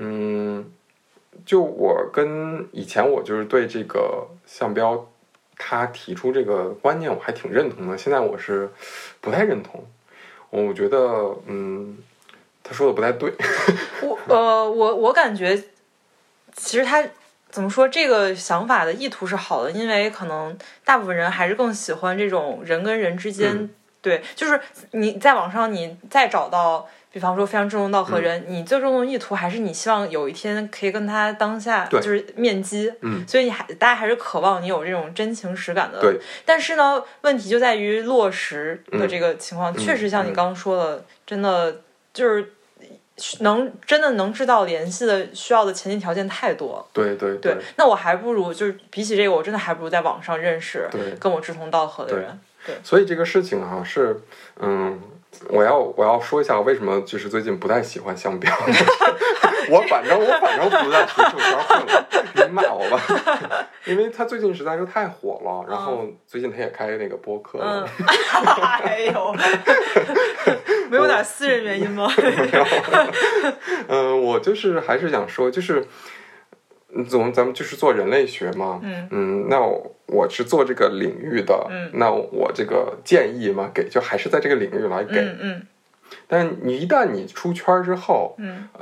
Speaker 1: 就我跟以前我就是对这个向彪他提出这个观念我还挺认同的，现在我是不太认同。我觉得他说的不太对。
Speaker 2: 我感觉其实他怎么说，这个想法的意图是好的，因为可能大部分人还是更喜欢这种人跟人之间，对，就是你在网上你再找到比方说非常志同道合人，你最终的意图还是你希望有一天可以跟他当下就是面基，所以大家还是渴望你有这种真情实感的。
Speaker 1: 对，
Speaker 2: 但是呢，问题就在于落实的这个情况，确实像你刚刚说的，真的就是真的能知道联系的需要的前提条件太多。
Speaker 1: 对，
Speaker 2: 那我还不如就是比起这个，我真的还不如在网上认识跟我志同道合的人。对，
Speaker 1: 所以这个事情是我要说一下为什么就是最近不太喜欢香标。我反正不在学术圈混了，你骂我吧。因为他最近实在是太火了，然后最近他也开那个播客了。
Speaker 2: 哎呦，没有点私人原因吗？
Speaker 1: 没有。我就是还是想说，就是咱们就是做人类学嘛，那我是做这个领域的，那我这个建议嘛，就还是在这个领域来给。但一旦你出圈之后，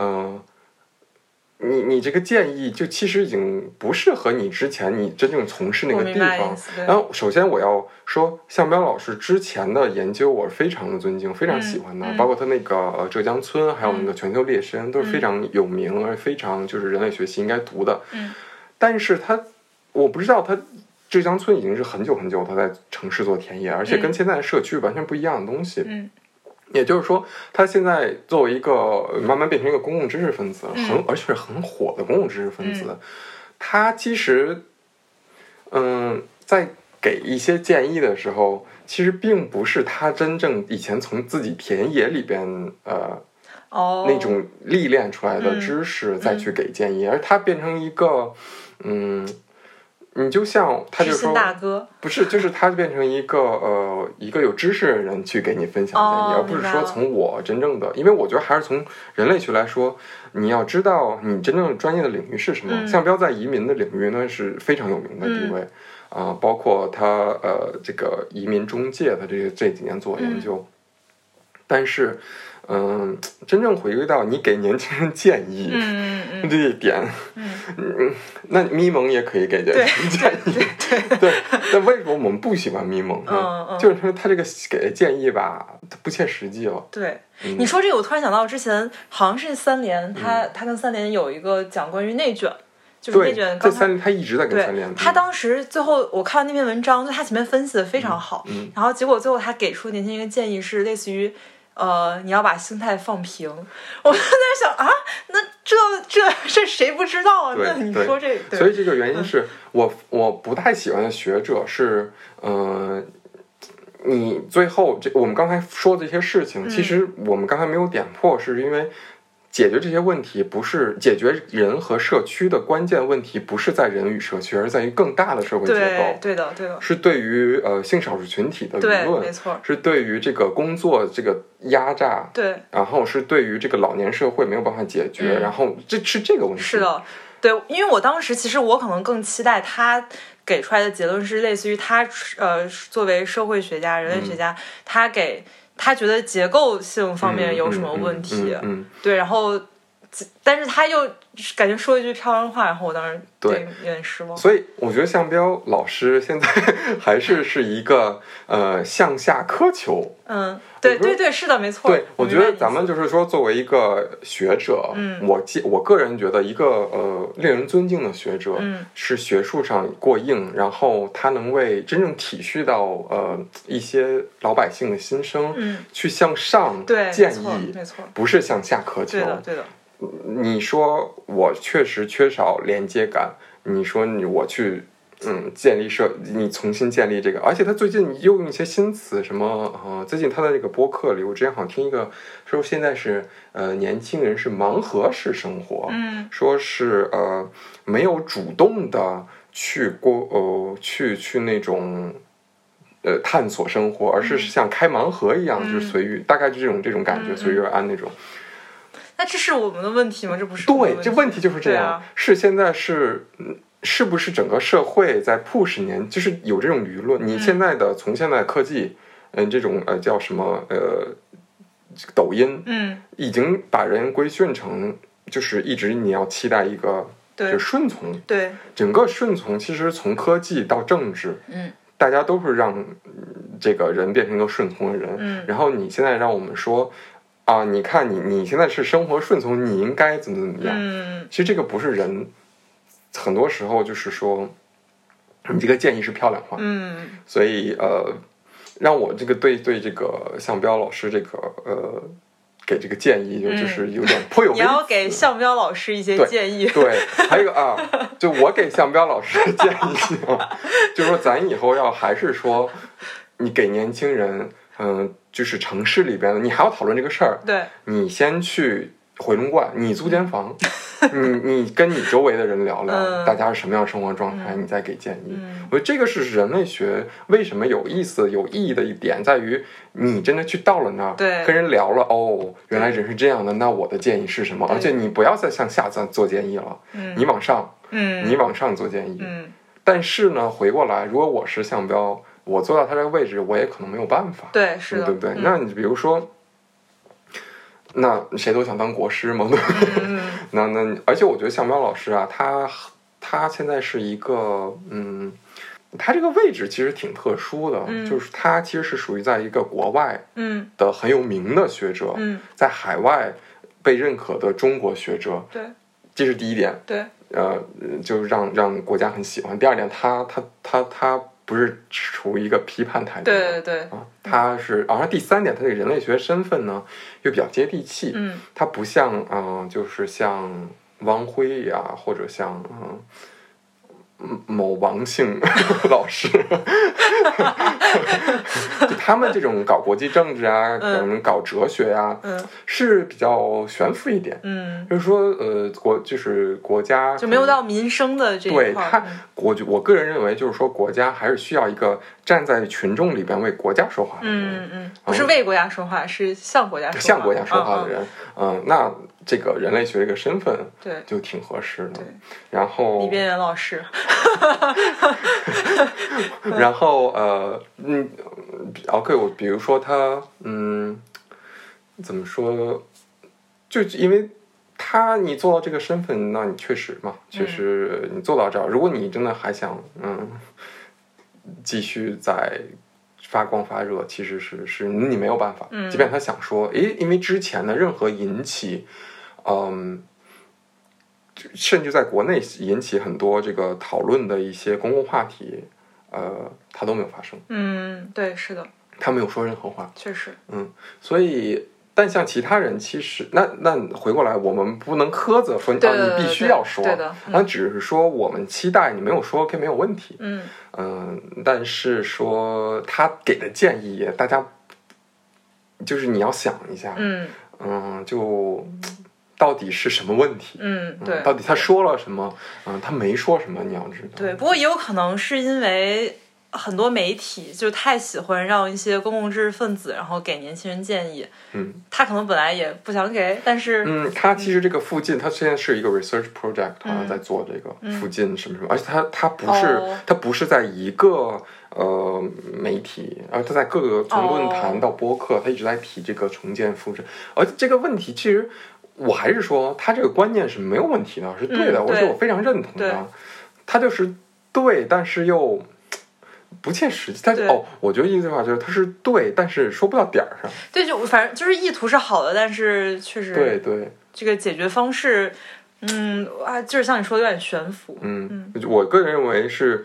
Speaker 1: 你这个建议就其实已经不适合你之前你真正从事那个地方。然后首先我要说，向彪老师之前的研究我是非常的尊敬，非常喜欢的，包括他那个浙江村，还有那个全球猎参，都是非常有名而非常就是人类学系应该读的。但是我不知道他浙江村已经是很久很久他在城市做田野，而且跟现在的社区完全不一样的东西。也就是说，他现在作为一个慢慢变成一个公共知识分子，而且是很火的公共知识分子，他其实，在给一些建议的时候，其实并不是他真正以前从自己田野里边那种历练出来的知识再去给建议，而他变成一个你就像他就说
Speaker 2: 大哥
Speaker 1: 不是，就是他变成一个有知识的人去给你分享建议，而不是说从我真正的，因为我觉得还是从人类学来说，你要知道你真正专业的领域是什么。向彪在移民的领域呢是非常有名的地位包括他这个移民中介的这几年做研究，但是真正回归到你给年轻人建议这一点，那咪蒙也可以给建议，对。但为什么我们不喜欢咪蒙呢？就是说他这个给的建议吧，他不切实际了。
Speaker 2: 对，你说这个，我突然想到之前好像是三联，他跟三联有一个讲关于内卷。就是内卷，
Speaker 1: 他一直在跟三联。
Speaker 2: 他当时最后我看那篇文章，就他前面分析的非常好，然后结果最后他给出年轻人一个建议是类似于你要把心态放平。我在想啊，那这谁不知道啊？那你说这，
Speaker 1: 所以这个原因是我不太喜欢的学者是你最后我们刚才说的这些事情，其实我们刚才没有点破，是因为解决这些问题不是解决人和社区的关键问题，不是在人与社区，而在于更大的社会结构。
Speaker 2: 对的，
Speaker 1: 是对于性少数群体的舆论，
Speaker 2: 没错，
Speaker 1: 是对于这个工作这个压榨，
Speaker 2: 对，
Speaker 1: 然后是对于这个老年社会没有办法解决，然后这是这个问题。
Speaker 2: 是的，对，因为我当时其实我可能更期待他给出来的结论是类似于他作为社会学家、人类学家，他觉得结构性方面有什么问题，对，然后但是他又感觉说一句漂亮话，然后我当时对有点失望。
Speaker 1: 所以我觉得向彪老师现在还是一个向下苛求。
Speaker 2: 对，是的，没错。
Speaker 1: 对，我觉得咱们就是说，作为一个学者，我个人觉得一个令人尊敬的学者，是学术上过硬，然后他能为真正体恤到一些老百姓的心声，去向上建议，
Speaker 2: 没错，
Speaker 1: 不是向下苛求。
Speaker 2: 对的。
Speaker 1: 你说我确实缺少连接感，你说我去建立你重新建立这个，而且他最近又用一些新词，什么最近他的这个播客里，我之前好像听一个说现在是年轻人是盲盒式生活，说是没有主动的去那种探索生活，而是像开盲盒一样，就是随遇，大概就这种感觉，随遇而安那种。
Speaker 2: 那这是我们的问题吗？这不是
Speaker 1: 对，这问题就是这样。是现在是不是整个社会在 push 就是有这种舆论？你现在的从现在科技，这种叫什么抖音，已经把人规训成就是一直你要期待一个就顺从，
Speaker 2: 对，
Speaker 1: 整个顺从其实从科技到政治，大家都是让这个人变成一个顺从的人，然后你现在让我们说。你看你现在是生活顺从，你应该怎么样？其实这个不是人，很多时候就是说，你这个建议是漂亮话。所以让我这个对这个向彪老师这个给这个建议，就是有点颇有微词。
Speaker 2: 你要给向彪老师一些建议。
Speaker 1: 对，还有一个就我给向彪老师的建议就是说咱以后还是说，你给年轻人，就是城市里边的，你还要讨论这个事儿。
Speaker 2: 对，
Speaker 1: 你先去回龙观，你租间房，你跟你周围的人聊聊，大家是什么样的生活状态，你再给建议。我觉得这个是人类学为什么有意思、有意义的一点，在于你真的去到了那儿，跟人聊了，原来人是这样的，那我的建议是什么？而且你不要再向下做建议了，你往上，你往上做建议。但是呢，回过来，如果我是向彪，我坐到他这个位置，我也可能没有办法。
Speaker 2: 对，是的，
Speaker 1: 对不对？那你比如说，那谁都想当国师嘛，对不对？那而且我觉得向彪老师啊，他现在是一个他这个位置其实挺特殊的，就是他其实是属于在一个国外的很有名的学者，在海外被认可的中国学者。
Speaker 2: 对，这
Speaker 1: 是第一点。
Speaker 2: 对，
Speaker 1: 就是让国家很喜欢。第二点，他不是处于一个批判态度。
Speaker 2: 对
Speaker 1: 他是，然后第三点，他这个人类学身份呢又比较接地气。他不像就是像汪辉呀，或者像某王姓老师就他们这种搞国际政治啊，搞哲学啊，是比较悬浮一点。就是说就是国家
Speaker 2: 就没有到民生的这一块。
Speaker 1: 对我个人认为，就是说国家还是需要一个站在群众里边为国家说话的人。
Speaker 2: 不是为国家说话，是向国家说话的
Speaker 1: 人。那这个人类学这个身份，
Speaker 2: 对，
Speaker 1: 就挺合适的。然后
Speaker 2: 李边缘老师
Speaker 1: 然后OK， 我比如说他怎么说，就因为你做到这个身份，那你确实你做到这儿，如果你真的还想继续在发光发热，其实是你没有办法。即便他想说因为之前的任何引起甚至在国内引起很多这个讨论的一些公共话题，他都没有发生。
Speaker 2: 对，是的，
Speaker 1: 他没有说任何话，
Speaker 2: 确实。
Speaker 1: 所以，但像其他人，其实那回过来，我们不能苛责说你必须要说，那只是说我们期待你没有说 OK 没有问题。但是说他给的建议，大家就是你要想一下，就到底是什么问题？
Speaker 2: 对，
Speaker 1: 到底他说了什么？他没说什么，你要知道。
Speaker 2: 对，不过也有可能是因为很多媒体就太喜欢让一些公共知识分子然后给年轻人建议。他可能本来也不想给，但是
Speaker 1: 他其实这个附近，他现在是一个 research project，在做这个附近什么什么，而且他不是在一个媒体，而他在各个从论坛到播客，他一直在提这个重建复制，而这个问题其实。我还是说，他这个观念是没有问题的，是对的，而且我非常认同的。他就是对，但是又不切实际。我觉得一句话就是他是对，但是说不到点儿上。
Speaker 2: 对，就反正就是意图是好的，但是确实
Speaker 1: 对
Speaker 2: 这个解决方式，就是像你说的有点悬浮。
Speaker 1: 我个人认为是，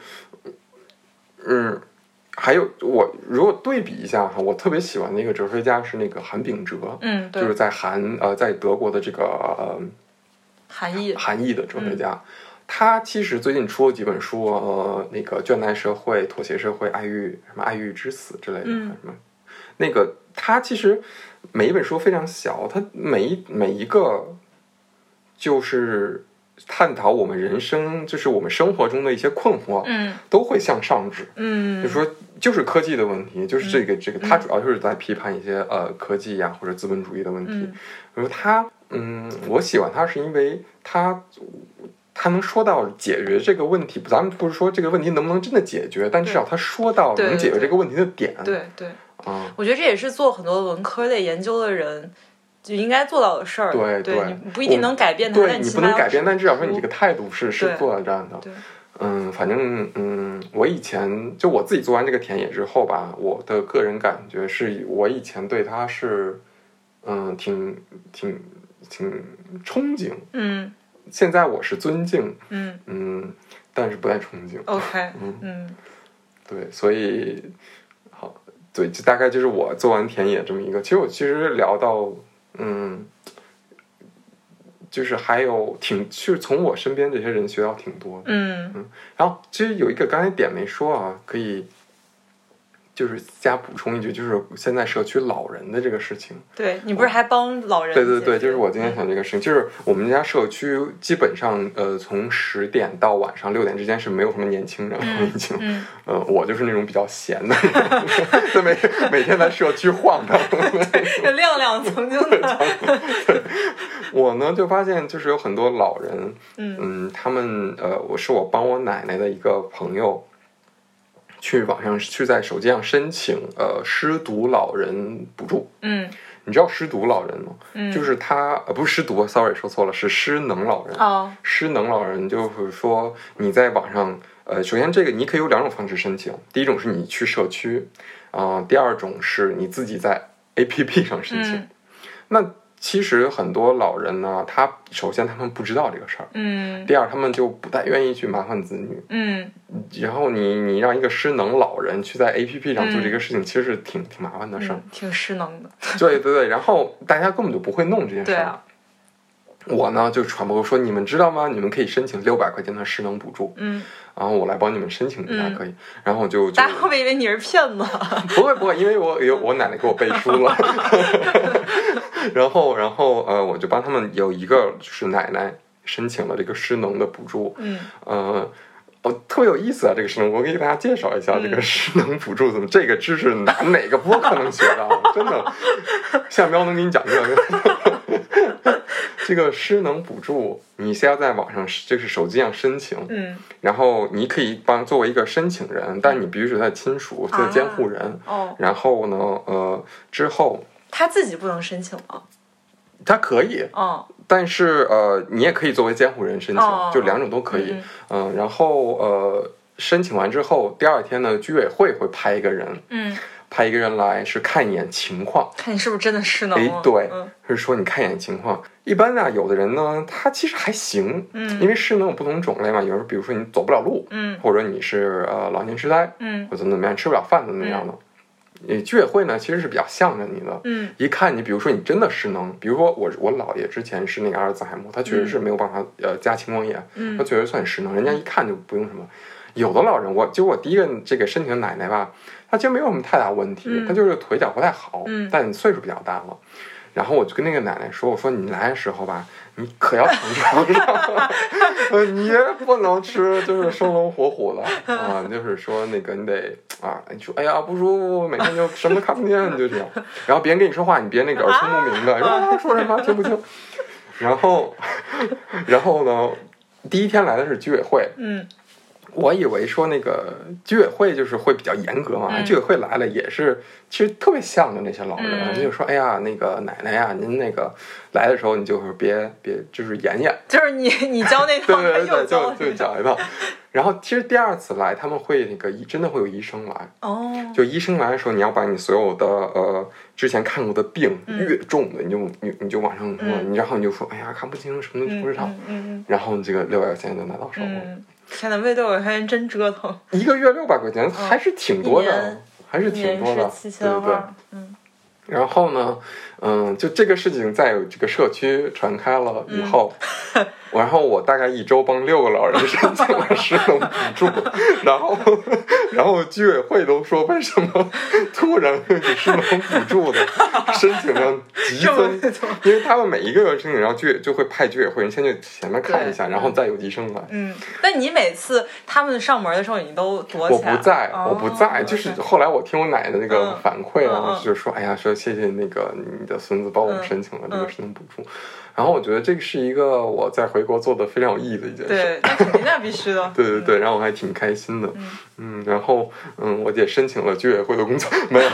Speaker 1: 还有我如果对比一下哈，我特别喜欢的一个哲学家是那个韩炳哲，就是在德国的这个韩裔的哲学家，他其实最近出了几本书，那个倦怠社会、妥协社会、爱欲之死之类的，什么那个他其实每一本书非常小，他每一个就是探讨我们人生，就是我们生活中的一些困惑，都会向上指，就是说，就是科技的问题，就是这个，他主要就是在批判一些科技呀或者资本主义的问题。然后他，我喜欢他是因为他能说到解决这个问题，咱们不是说这个问题能不能真的解决，但至少他说到能解决这个问题的点。
Speaker 2: 对，我觉得这也是做很多文科类研究的人。就应该做到的事儿，对，你不一定能改变它，
Speaker 1: 对，你不能改变，但至少说你这个态度是做到这样的。反正我以前就我自己做完这个田野之后吧，我的个人感觉是我以前对他是挺憧憬，现在我是尊敬，但是不太憧憬。
Speaker 2: OK，
Speaker 1: 对，所以好。对，就大概就是我做完田野这么一个。其实聊到就是还有就是从我身边这些人学到挺多的。然后其实有一个刚才点没说啊，可以就是加补充一句，就是现在社区老人的这个事情。
Speaker 2: 对，你不是还帮老人？
Speaker 1: 对，就是我今天想这个事情，就是我们家社区基本上从10点到晚上6点之间是没有什么年轻人了，已经。我就是那种比较闲的，每天在社区晃荡。
Speaker 2: 亮亮曾经的。
Speaker 1: 我呢就发现就是有很多老人，他们我帮我奶奶的一个朋友。去网上去在手机上申请失独老人补助。你知道失独老人吗？就是他不是失独 ，sorry 说错了，是失能老人。失能老人就是说你在网上首先这个你可以有2种方式申请，第一种是你去社区，第二种是你自己在 APP 上申请。那其实很多老人呢，首先他们不知道这个事儿，第二他们就不太愿意去麻烦子女，然后你让一个失能老人去在 APP 上做这个事情，其实是挺麻烦的事儿，
Speaker 2: 挺失能的。
Speaker 1: 对，然后大家根本就不会弄这件事儿。我呢就传播说，你们知道吗？你们可以申请600块钱的失能补助。然后我来帮你们申请一下，可以。然后就
Speaker 2: 大家会不会以为你是骗子？
Speaker 1: 不会，因为我奶奶给我背书了。然后我就帮他们有一个就是奶奶申请了这个失能的补助。特别有意思啊，这个失能，我给大家介绍一下这个失能补助怎么，这个知识哪个播客能学到？真的，夏喵能给你讲这个。这个失能补助，你先要在网上就是手机上申请，然后你可以作为一个申请人，但你必须是他的亲属，是监护人。然后呢，之后
Speaker 2: 他自己不能申请吗？
Speaker 1: 他可以，但是你也可以作为监护人申请，就2种都可以。然后申请完之后，第2天呢，居委会会派一个人，派一个人来是看一眼情况，
Speaker 2: 看你是不是真的失能了。
Speaker 1: 对，是说你看一眼情况。一般呢，有的人呢，他其实还行，因为失能有不同种类嘛，有人比如说你走不了路，或者你是老年痴呆，或者怎么样，吃不了饭的那样的。居委会呢，其实是比较向着你的，一看你，比如说你真的失能，比如说我姥爷之前是那个阿尔兹海默，他确实是没有办法加青光眼，他确实算失能，人家一看就不用什么。有的老人，我第一个这个申请的奶奶吧，她其实没有什么太大问题，她就是腿脚不太好，但岁数比较大了。然后我就跟那个奶奶说，我说你来的时候吧，你可要躺床上，你也不能吃就是生龙活虎的啊，就是说那个你得你说哎呀不舒服，每天就什么都看不见，就这样。然后别人跟你说话，你别那个耳聪目明的，说什么听不清。然后呢，第1天来的是居委会，我以为说那个居委会就是会比较严格嘛，居委会来了也是，其实特别向着那些老人，就说哎呀，那个奶奶呀，您那个来的时候你就是别就是演，
Speaker 2: 就是你教那套，
Speaker 1: 对，就讲一套。然后其实第2次来，他们会真的会有医生来，就医生来的时候，你要把你所有的之前看过的病，越重的你就往上说，然后你就说哎呀看不清，什么都不知道，然后这个600块钱就拿到手了。
Speaker 2: 天哪，为600块钱真折腾
Speaker 1: ！1个月600块钱还是挺多的，还是挺多的，对。然后呢，就这个事情在这个社区传开了以后，然后我大概1周帮6个老人申请了失能补助，然后居委会都说为什么突然给失能补助的申请量急增，因为他们每一个申请，然后就会派居委会人先去前面看一下，然后再有医生来。
Speaker 2: 但你每次他们上门的时候，你都躲起来？
Speaker 1: 我不在，就是后来我听我奶奶的那个反馈啊，就是说哎呀，说谢谢那个你的孙子帮我们申请了这个失能补助。然后我觉得这个是一个我在回国做的非常有意义的一件事。
Speaker 2: 对，那肯定，那必须的。
Speaker 1: 对，然后我还挺开心的。然后我也申请了居委会的工作，没有。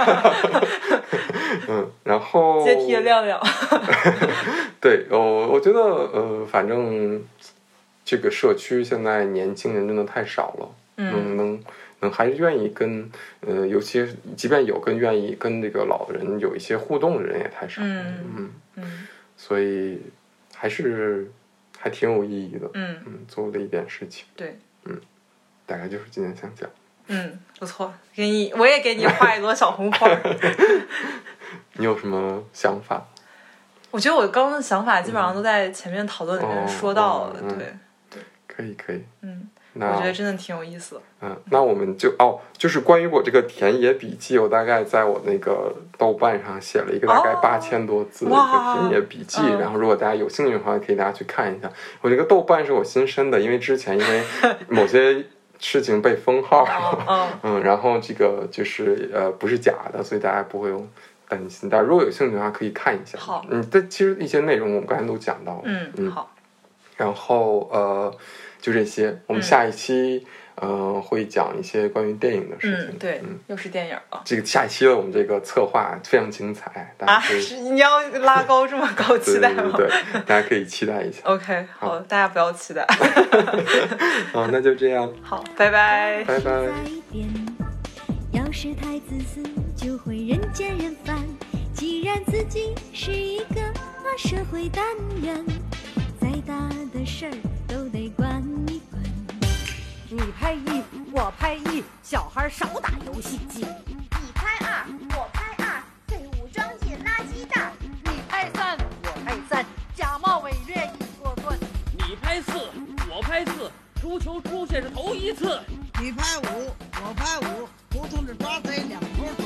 Speaker 1: 然后
Speaker 2: 接替亮亮。
Speaker 1: 对，我觉得反正这个社区现在年轻人真的太少了，能还愿意跟尤其即便有愿意跟这个老人有一些互动的人也太少了。所以还挺有意义的。做了一点事情。
Speaker 2: 对。
Speaker 1: 大概就是今天想讲。
Speaker 2: 不错，我也给你画一朵小红花。
Speaker 1: 你有什么想法？
Speaker 2: 我觉得我刚刚的想法基本上都在前面讨论里面说到了，对，
Speaker 1: 可以，
Speaker 2: 我觉得真的挺有意思的。
Speaker 1: 那我们就是关于我这个田野笔记，我大概在我那个豆瓣上写了一个大概8000多字的一个田野笔记，然后如果大家有兴趣的话，可以大家去看一下。我这个豆瓣是我新申的，因为之前因为某些事情被封号，然后这个就是不是假的，所以大家不会有担心。大家如果有兴趣的话，可以看一下。
Speaker 2: 好，
Speaker 1: 但其实一些内容我们刚才都讲到了。
Speaker 2: 好。
Speaker 1: 然后就这些，我们下一期会讲一些关于电影的事情。
Speaker 2: 对，又是电影了。
Speaker 1: 这个下一期的我们这个策划非常精彩，大家可以
Speaker 2: 你要拉高这么高期待吗？
Speaker 1: 对，大家可以期待一下。
Speaker 2: OK， 好，大家不要期待。
Speaker 1: 好，那就这样。
Speaker 2: 好，拜拜，
Speaker 1: 拜拜。
Speaker 3: 要是太自私，就会人见人烦。既然自己是一个社会单元，再大的事儿都得管一管。
Speaker 4: 你拍1，我拍1，小孩少打游戏机。
Speaker 5: 你拍2，我拍2，废物装进垃圾袋。
Speaker 4: 你拍3，我拍3，假冒伪劣一锅炖。
Speaker 6: 你拍4，我拍4，足球出现是头一次。
Speaker 7: 你拍5，我拍5，胡同里抓贼2头堵。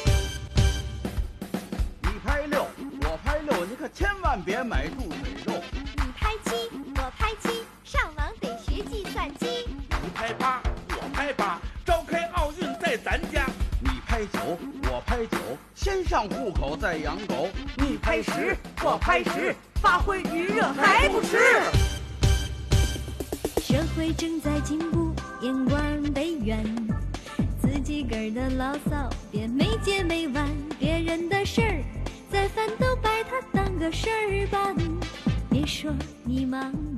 Speaker 8: 你拍6，我拍6，你可千万别买注水肉。
Speaker 5: 你拍7，我拍7，上网得学计算机。
Speaker 6: 你拍8，我拍8，召开奥运在咱家。
Speaker 8: 你拍9，我拍9，先上户口再养狗。
Speaker 4: 你拍10，我拍10，发挥余热还不迟。
Speaker 3: 社会正在进步，眼光得远，自己个儿的牢骚别没结没完，别人的事儿再烦都把它当个事儿办。别说你忙